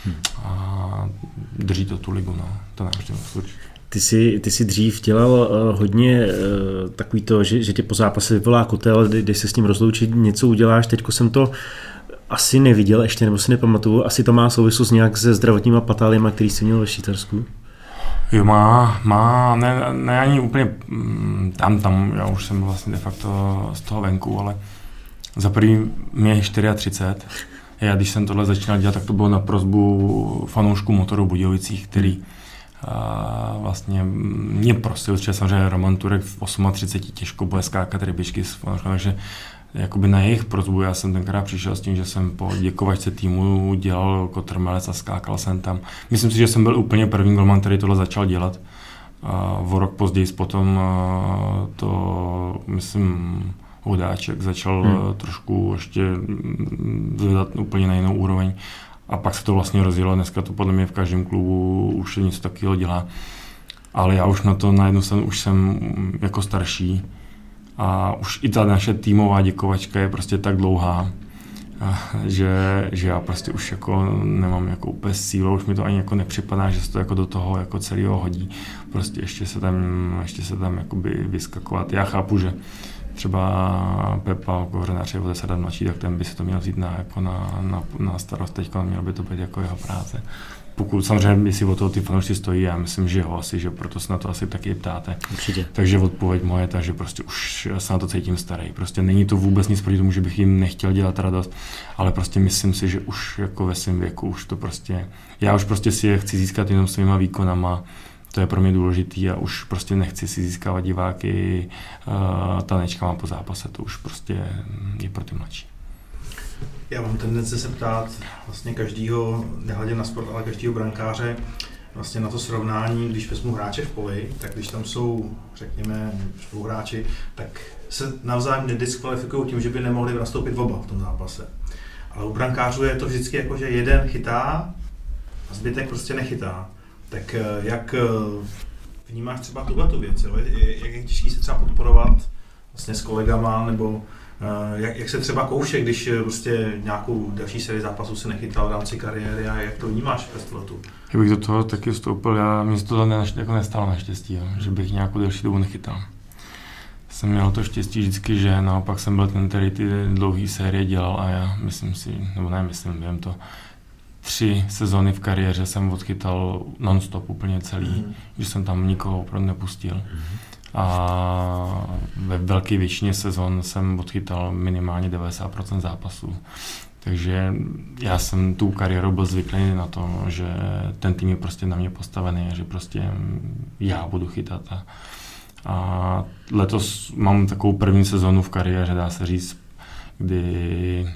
a drží to tu ligu, no. To návštěvnost určitě. Ty jsi dřív dělal hodně takový to, že tě po zápase vyvolá kotel, když se s ním rozloučit, něco uděláš. Teďko jsem to asi neviděl ještě, nebo si nepamatuju. Asi to má souvislost nějak se zdravotníma patáliema, který jsi měl ve Švýcarsku? Jo, má, ne ani úplně tam, já už jsem vlastně de facto z toho venku, ale za první mě je 34. Já když jsem tohle začínal dělat, tak to bylo na prosbu fanoušků Motoru Budějovicích, který vlastně mě prosil, že samozřejmě Roman Turek v 38 těžko bude skákat rybičky s fanouškou, takže jakoby na jejich prosbu já jsem tenkrát přišel s tím, že jsem po děkovačce týmu dělal kotrmelec a skákal jsem tam. Myslím si, že jsem byl úplně první golman, který tohle začal dělat. O rok později potom to, myslím, Hudáček začal trošku ještě zvedat úplně na jinou úroveň. A pak se to vlastně rozjelo, dneska to podle mě v každém klubu už něco takového dělá. Ale já už na to na jednu stranu už jsem jako starší a už i ta naše týmová děkovačka je prostě tak dlouhá, že já prostě už jako nemám jako úplně sílu, už mi to ani jako nepřipadá, že se to jako do toho jako celého hodí. Prostě ještě se tam jakoby vyskakovat. Já chápu, že třeba Pepa Kořenář je o 10 let mladší, tak ten by se to měl vzít na starost teďka, mělo by to být jako jeho práce. Pokud samozřejmě, jestli o toho ty fanoušci stojí, já myslím, že jo, asi, že proto se na to asi taky ptáte. Určitě. Takže odpověď moje je ta, že prostě už se na to cítím starý. Prostě není to vůbec nic proti tomu, že bych jim nechtěl dělat radost, ale prostě myslím si, že už jako ve svém věku už to prostě, já už prostě si je chci získat jenom svýma výkonama, to je pro mě důležitý a už prostě nechci si získávat diváky tanečkama po zápase, to už prostě je pro ty mladší. Já mám tendenci se ptát vlastně každýho, nehledě na sport, ale každýho brankáře vlastně na to srovnání, když vezmu hráče v poli, tak když tam jsou, řekněme, spoluhráči, tak se navzájem nediskvalifikují tím, že by nemohli nastoupit oba v tom zápase. Ale u brankářů je to vždycky jako, že jeden chytá a zbytek prostě nechytá. Tak jak vnímáš třeba tuhletu věc, jo? Jak je těžký se třeba podporovat vlastně s kolegama, nebo jak se třeba kouše, když prostě nějakou další sérii zápasů se nechytal v rámci kariéry a jak to vnímáš přes tuhletu? Já bych do toho taky vstoupil, mě to jako nestalo naštěstí, jo? Že bych nějakou delší dobu nechytal. Jsem měl to štěstí vždycky, že naopak jsem byl ten, který ty dlouhé série dělal a já vím to, 3 sezony v kariéře jsem odchytal non-stop úplně celý, že jsem tam nikoho opravdu nepustil. A ve velké většině sezon jsem odchytal minimálně 90% zápasů. Takže já jsem tu kariéru byl zvyklý na to, že ten tým je prostě na mě postavený a že prostě já budu chytat. A letos mám takovou první sezonu v kariéře, dá se říct, kdy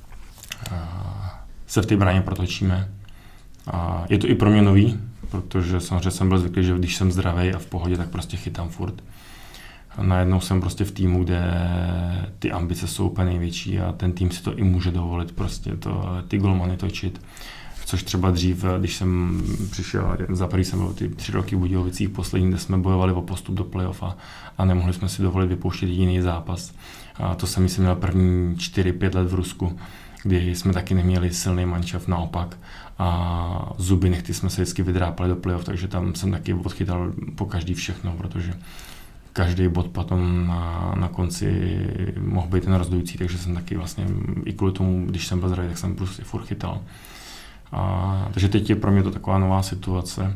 se v té bráně protočíme. A je to i pro mě nový, protože samozřejmě jsem byl zvyklý, že když jsem zdravý a v pohodě, tak prostě chytám furt. A najednou jsem prostě v týmu, kde ty ambice jsou úplně největší a ten tým si to i může dovolit prostě ty golmany točit. Což třeba dřív, když jsem přišel, za první jsem byl ty 3 roky v Budějovicích poslední, kde jsme bojovali o postup do playoff a nemohli jsme si dovolit vypouštět jiný zápas. A to jsem myslím měl první 4-5 let v Rusku, kdy jsme taky neměli silný manšaft, naopak. A zuby nechty jsme se vždycky vydrápali do playoff, takže tam jsem taky odchytal po každý všechno, protože každý bod potom na konci mohl být ten rozhodující, takže jsem taky vlastně i kvůli tomu, když jsem byl zdravý, tak jsem prostě furt chytal. Takže teď je pro mě to taková nová situace.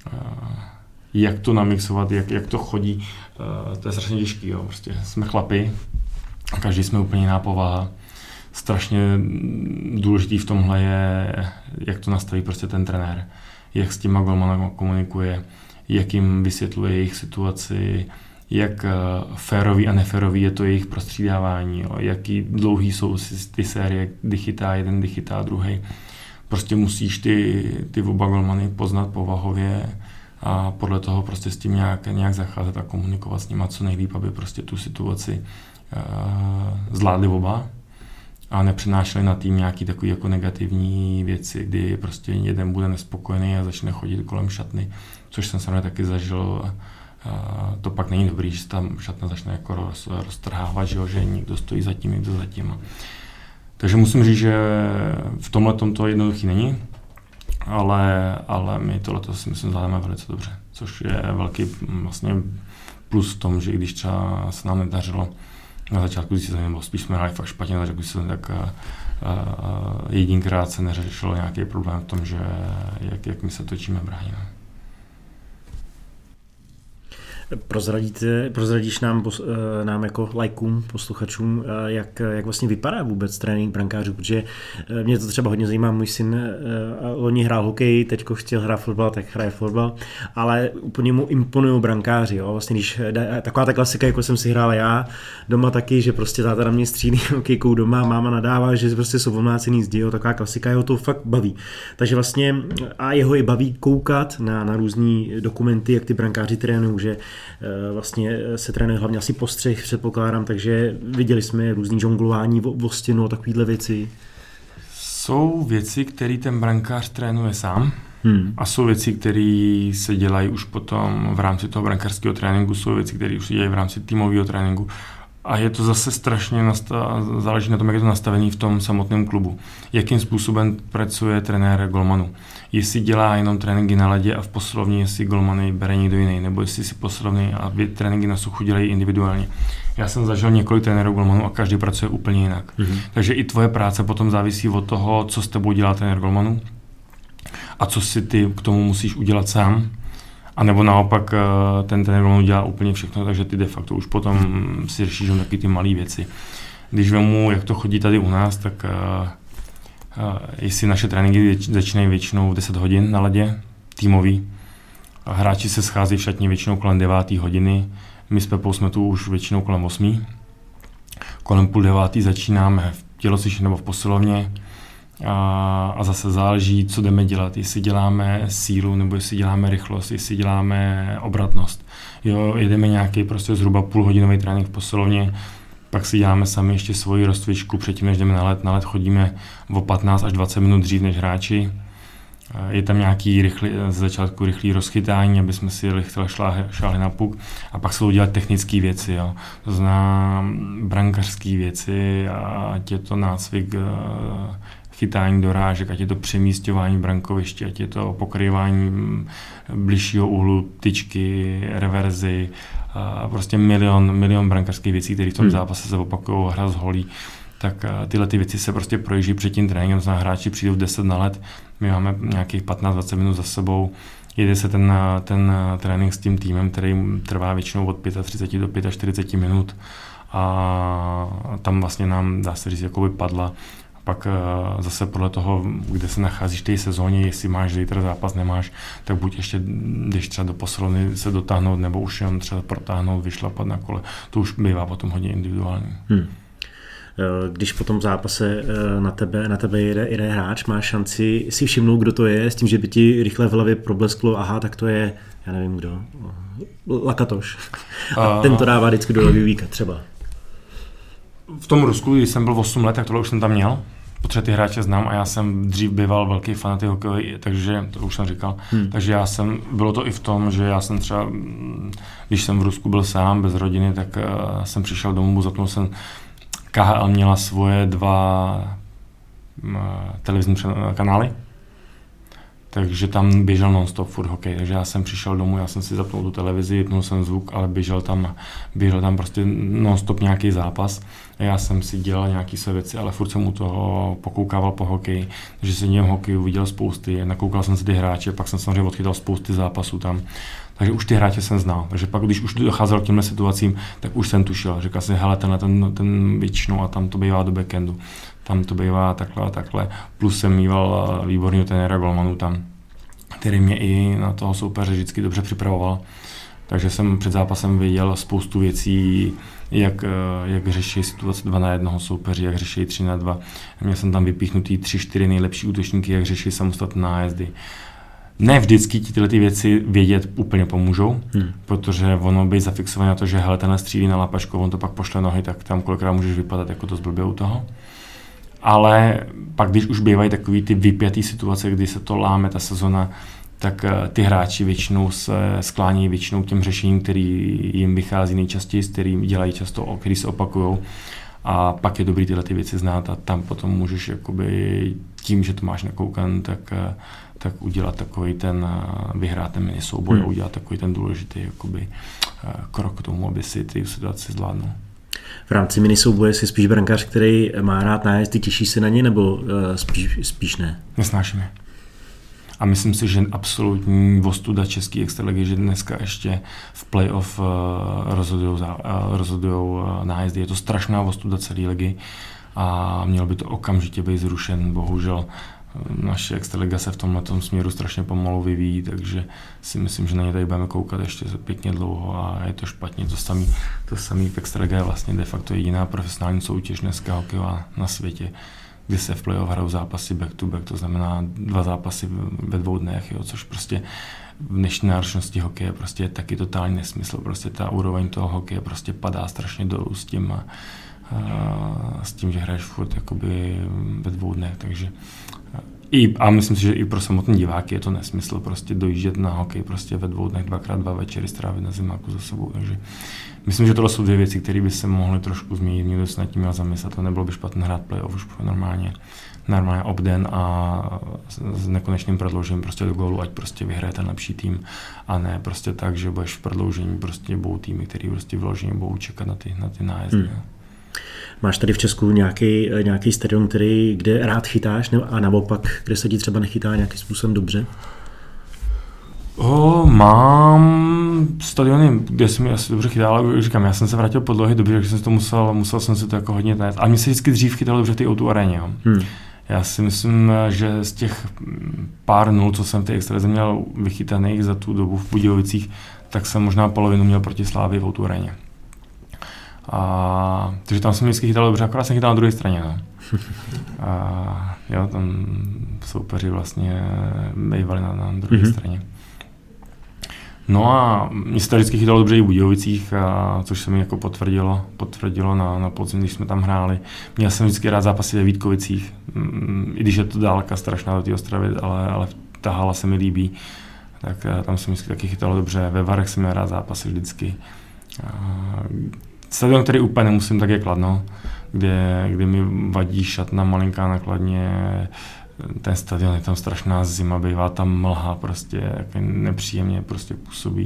Jak to namixovat, jak to chodí, to je strašně těžký. Jo. Prostě jsme chlapi, každý jsme úplně jiná povaha. Strašně důležitý v tomhle je, jak to nastaví prostě ten trenér, jak s těma golmanama komunikuje, jak jim vysvětluje jejich situaci, jak férový a neférový je to jejich prostřídávání, jo. Jaký dlouhý jsou ty série, kdy chytá jeden, kdy chytá druhý. Prostě musíš ty oba golmany poznat povahově a podle toho prostě s tím nějak zacházet a komunikovat s nima co nejlíp, aby prostě tu situaci zvládli oba a nepřenášeli na tým nějaký takový jako negativní věci, kdy prostě jeden bude nespokojený a začne chodit kolem šatny, což jsem samozřejmě taky zažil. To pak není dobrý, že tam šatna začne jako roztrhávat, že někdo stojí za tím, někdo za tím. Takže musím říct, že v tomhletom to jednoduchý není, ale my tohleto si myslím zvládáme velice dobře, což je velký vlastně plus v tom, že když třeba se nám nedařilo na začátku sezóny, nebo spíš jsme hráli fakt špatně na začátku sezóny, tak jedinkrát se neřešilo nějaký problém v tom, že jak my se točíme v bráně. Prozradíš nám jako lajkům, posluchačům, jak vlastně vypadá vůbec trénink brankářů, protože mě to třeba hodně zajímá, můj syn loni hrál hokej, teďko chtěl hrát fotbal, tak hraje fotbal, ale úplně mu imponují brankáři, jo? Vlastně když taková ta klasika, jako jsem si hrál já, doma taky, že prostě táta na mě střílí hokejkou doma, máma nadává, že prostě jsou omlácený zdi, jo? Taková klasika, jeho to fakt baví. Takže vlastně a jeho i baví koukat na různý dokumenty, jak ty brankáři trénují, že vlastně se trénuje hlavně asi postřeh, předpokládám, takže viděli jsme různý žonglování o stěnu a takovýhle věci. Jsou věci, které ten brankář trénuje sám a jsou věci, které se dělají už potom v rámci toho brankářského tréninku, jsou věci, které už se dělají v rámci týmového tréninku A je to zase strašně, záleží na tom, jak je to nastavený v tom samotném klubu. Jakým způsobem pracuje trenér golmanů. Jestli dělá jenom tréninky na ledě a v posilovně, jestli golmany bere někdo jiný, nebo jestli si posilovny a tréninky na suchu dělají individuálně. Já jsem zažil několik trenérů golmanů a každý pracuje úplně jinak. Takže i tvoje práce potom závisí od toho, co s tebou dělá trenér golmanů a co si ty k tomu musíš udělat sám. A nebo naopak ten trenér dělá úplně všechno, takže ty de facto už potom si řešíš taky ty malé věci. Když vemu, jak to chodí tady u nás, tak jestli naše tréninky začínají většinou v 10 hodin na ledě, týmový. A hráči se schází v šatně většinou kolem 9 hodiny, my s Pepou jsme tu už většinou kolem 8. Kolem 8:30 začínáme v tělocvičně nebo v posilovně. A zase záleží, co jdeme dělat, jestli děláme sílu, nebo jestli děláme rychlost, jestli děláme obratnost. Jo, jedeme nějaký prostě zhruba půlhodinový trénink v posilovně, pak si děláme sami ještě svoji rozcvičku předtím, než jdeme na led. Na led chodíme o 15 až 20 minut dřív než hráči. Je tam nějaký z začátku rychlý rozchytání, aby jsme si rychle šáhli na puk a pak se budou dělat technické věci. Jo. To znamená brankařské věci, ať je to nácvik, chytání dorážek, ať je to přemísťování brankoviště, ať je to pokrývání bližšího úhlu, tyčky, reverzy, prostě milion brankařských věcí, které v tom zápase se opakují, hra z holí. Tak tyhle ty věci se prostě projíždí před tím tréninkem, znamená hráči přijdou v 10 na led, my máme nějakých 15-20 minut za sebou, jede se ten trénink s tím týmem, který trvá většinou od 35 do 45 minut a tam vlastně nám, dá se říct, jakoby padla. Pak zase podle toho, kde se nacházíš v té sezóně, jestli máš zítra zápas, nemáš, tak buď ještě jdeš třeba do posilovny se dotáhnout, nebo už jenom třeba protáhnout, vyšlapat na kole. To už bývá potom hodně individuální. Když po tom zápase na tebe jede hráč, máš šanci si všimnout, kdo to je, s tím, že by ti rychle v hlavě problesklo, aha, tak to je, já nevím kdo, Lakatoš. A ten to dává vždycky do vývíka třeba. V tom Rusku, když jsem byl 8 let, tak tohle už jsem tam měl, protože ty hráče znám a já jsem dřív býval velký fanatik hokejový, takže to už jsem říkal. Takže bylo to i v tom, že já jsem třeba, když jsem v Rusku byl sám, bez rodiny, tak jsem přišel domů, zapnul jsem, KHL měla svoje 2 televizní kanály, takže tam běžel non-stop furt hokej, takže já jsem přišel domů, já jsem si zapnul tu televizi, vypnul jsem zvuk, ale běžel tam prostě non-stop nějaký zápas a já jsem si dělal nějaké své věci, ale furt jsem u toho pokoukával po hokeji, takže jsem něm hokeju viděl spousty, nakoukal jsem si ty hráče, pak jsem samozřejmě odchytal spousty zápasů tam, takže už ty hráče jsem znal, takže pak když už docházel k těmhle situacím, tak už jsem tušil, říkal jsem, hele, ten většinou a tam to bývá do backendu. Tam to bývá takhle a takhle. Plus jsem mýval výborného trenéra golmanů tam, který mě i na toho soupeře vždycky dobře připravoval. Takže jsem před zápasem věděl spoustu věcí, jak řeší situace 2 na 1 soupeři, jak řeší 3 na 2. Měl jsem tam vypíchnutý 3-4 nejlepší útočníky, jak řeší samostatné nájezdy. Ne vždycky ti tyhle ty věci vědět úplně pomůžou, protože ono být zafixované na to, že hele, tenhle střílí na lapačku, on to pak pošle nohy, tak tam kolikrát můžeš vypadat jako to zblbě u toho. Ale pak, když už bývají takový ty vypjatý situace, kdy se to láme, ta sezona, tak ty hráči většinou se sklání většinou k těm řešením, který jim vychází nejčastěji, s kterým dělají často, který se opakujou. A pak je dobrý tyhle ty věci znát a tam potom můžeš jakoby tím, že to máš nakoukan, tak udělat takový ten, vyhrát ten mini souboj a udělat takový ten důležitý jakoby krok k tomu, aby si ty situaci zvládnul. V rámci minisouboje jsi spíš brankář, který má rád nájezdy, těší se na ně, nebo spíš ne? Nesnáším je. A myslím si, že absolutní ostuda české extraligy, že dneska ještě v playoff rozhodujou nájezdy. Je to strašná ostuda celé ligy a mělo by to okamžitě být zrušen. Bohužel naše extraliga se v tomhle směru strašně pomalu vyvíjí, takže si myslím, že na ně tady budeme koukat ještě pěkně dlouho a je to špatně. To samý v extraliga je vlastně de facto jediná profesionální soutěž dneska hokejová na světě, kdy se v playoff hrajou zápasy back to back, to znamená 2 zápasy ve 2 dnech, jo, což prostě v dnešní náročnosti hokeje prostě je taky totální nesmysl. Prostě ta úroveň toho hokeje prostě padá strašně dolů s tím, že hraješ furt jakoby ve 2 dnech, takže A myslím si, že i pro samotné diváky je to nesmysl prostě dojíždět na hokej prostě ve 2 dnech 2x2 večery strávit na zimáku za sebou, takže myslím, že tohle jsou 2 věci, které by se mohly trošku změnit, někdo se nad tím měl zamyslet, to nebylo by špatné hrát playoff už normálně obden a s nekonečným prodloužením prostě do gólu, ať prostě vyhraje ten lepší tým a ne prostě tak, že budeš v prodloužení prostě budou týmy, který prostě vyloženě budou čekat na ty nájezdy. Máš tady v Česku nějaký stadion, kde rád chytáš, a naopak, kde se ti třeba nechytá nějakým způsobem dobře? Mám stadiony, kde se mi asi dobře chytá, ale říkám, já jsem se vrátil po dlouhé době, takže jsem to musel jsem si to jako hodně nést. A mě se vždycky dřív chytalo dobře v té O2 aréně. Jo. Já si myslím, že z těch pár nul, co jsem v té extralize měl vychytaných za tu dobu v Budějovicích, tak jsem možná polovinu měl proti Slávii v O2 aréně. Takže tam jsem vždycky chytal dobře, akorát jsem chytal na druhé straně. No. A jo, tam soupeři vlastně bývali na druhé straně. No a mě se to vždycky chytalo dobře i v Budějovicích, což se mi jako potvrdilo na podzim, když jsme tam hráli. Měl jsem vždycky rád zápasy ve Vítkovicích, i když je to dálka strašná do té Ostravy, ale ta hala se mi líbí, tak tam jsem vždycky taky chytalo dobře. Ve Varech jsem měl rád zápasy vždycky. Stadion, který úplně nemusím, tak je Kladno, kde mi vadí šatna malinká na Kladně. Ten stadion, je tam strašná zima, bývá tam mlha, prostě nepříjemně prostě působí.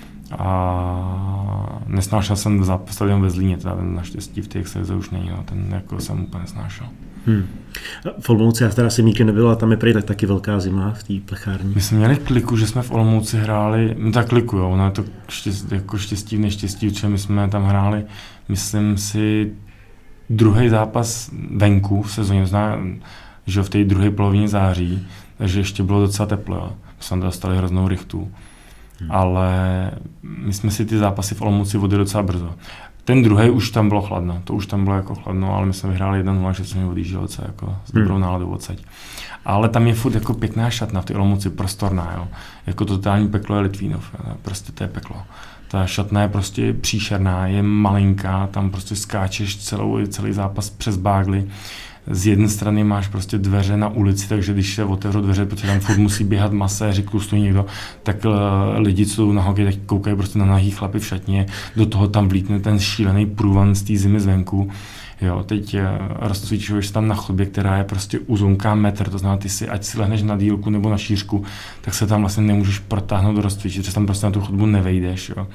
A nesnášel jsem stadion ve Zlíně, teda naštěstí v té extralize už není, no, ten jako jsem úplně nesnášel. V Olomouci já teda jsem nikdy nebyl a tam je prý taky velká zima v té plechárně. My jsme měli kliku, že jsme v Olomouci hráli, no tak kliku, jo, ono je to jako štěstí v neštěstí, protože my jsme tam hráli, myslím si, druhý zápas venku v sezóně, že v té druhé polovině září, takže ještě bylo docela teplo, jo. My jsme dostali hroznou rychtu, ale my jsme si ty zápasy v Olomouci vodili docela brzo. Ten druhý už tam bylo chladno, to už tam bylo jako chladno, ale my jsme vyhráli 1-0, že jsme odjížděli docela jako s dobrou náladou odsaď. Ale tam je furt jako pěkná šatna v té Olomouci, prostorná, jo. Jako totální peklo je Litvínov, jo. Prostě to je peklo. Ta šatna je prostě příšerná, je malinká, tam prostě skáčeš celý zápas přes bágly. Z jedné strany máš prostě dveře na ulici, takže když se otevřou dveře, protože tam furt musí běhat maséři, stojí někdo, tak lidi, co jdou na hokej, tak koukají prostě na nahý chlapy v šatně, do toho tam vlítne ten šílený průvan z té zimy zvenku. Jo, teď rozcvičuješ tam na chodbě, která je prostě uzunká metr, to znamená, ty si, ať si lehneš na dílku nebo na šířku, tak se tam vlastně nemůžeš protáhnout do rozcvičit, protože tam prostě na tu chodbu nevejdeš. Jo.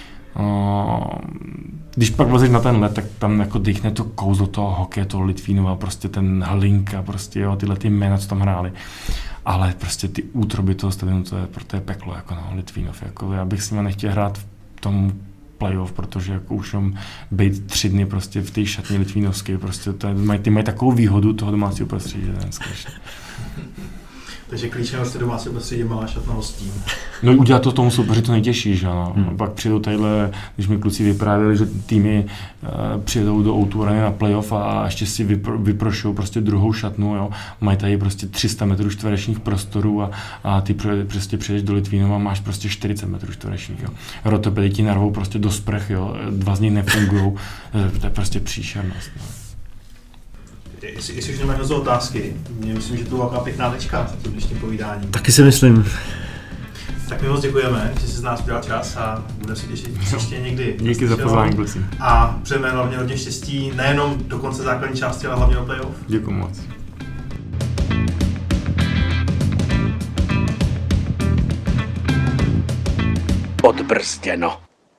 Když pak vlezeš na ten led, tak tam jako dýchne to kouzlo toho hokeje, toho Litvínova, prostě ten Hlinka, prostě jo, tyhle ty jména, co tam hráli. Ale prostě ty útroby toho stadionu, to je peklo, jako no, Litvínov, jako já bych s nimi nechtěl hrát v tom playoff, protože jako už mám být 3 dny prostě v té šatně litvínovské, prostě ty mají takovou výhodu toho domácího prostředí, že neskutečně. Takže klíčem vlastně domácí prostředí malá šatna hostí. No udělat to tomu soupeři to nejtěžší, že ano. Pak přijdou tadyhle, když mi kluci vyprávěli, že týmy přijedou do O2 Areny na playoff a ještě si vyprošou prostě druhou šatnu, jo. Mají tady prostě 300 metrů čtverečních prostorů a ty prostě přijedeš do Litvínova a máš prostě 40 metrů čtverečních, jo. Rotopedy ti narvou prostě do sprch, jo. 2 z nich nefungujou, to je prostě příšernost, no. Jestli už nemáš do otázky, myslím, že to byla taková pěkná tečka za tím dnešním povídáním. Taky si myslím. Tak my moc děkujeme, že jsi z nás udělal čas a budeme se těšit příště někdy. Díky za pozvání, kluci. A přejeme hlavně hodně štěstí, nejenom do konce základní části, ale hlavně do playoff. Děkuji moc. Odbrzděno.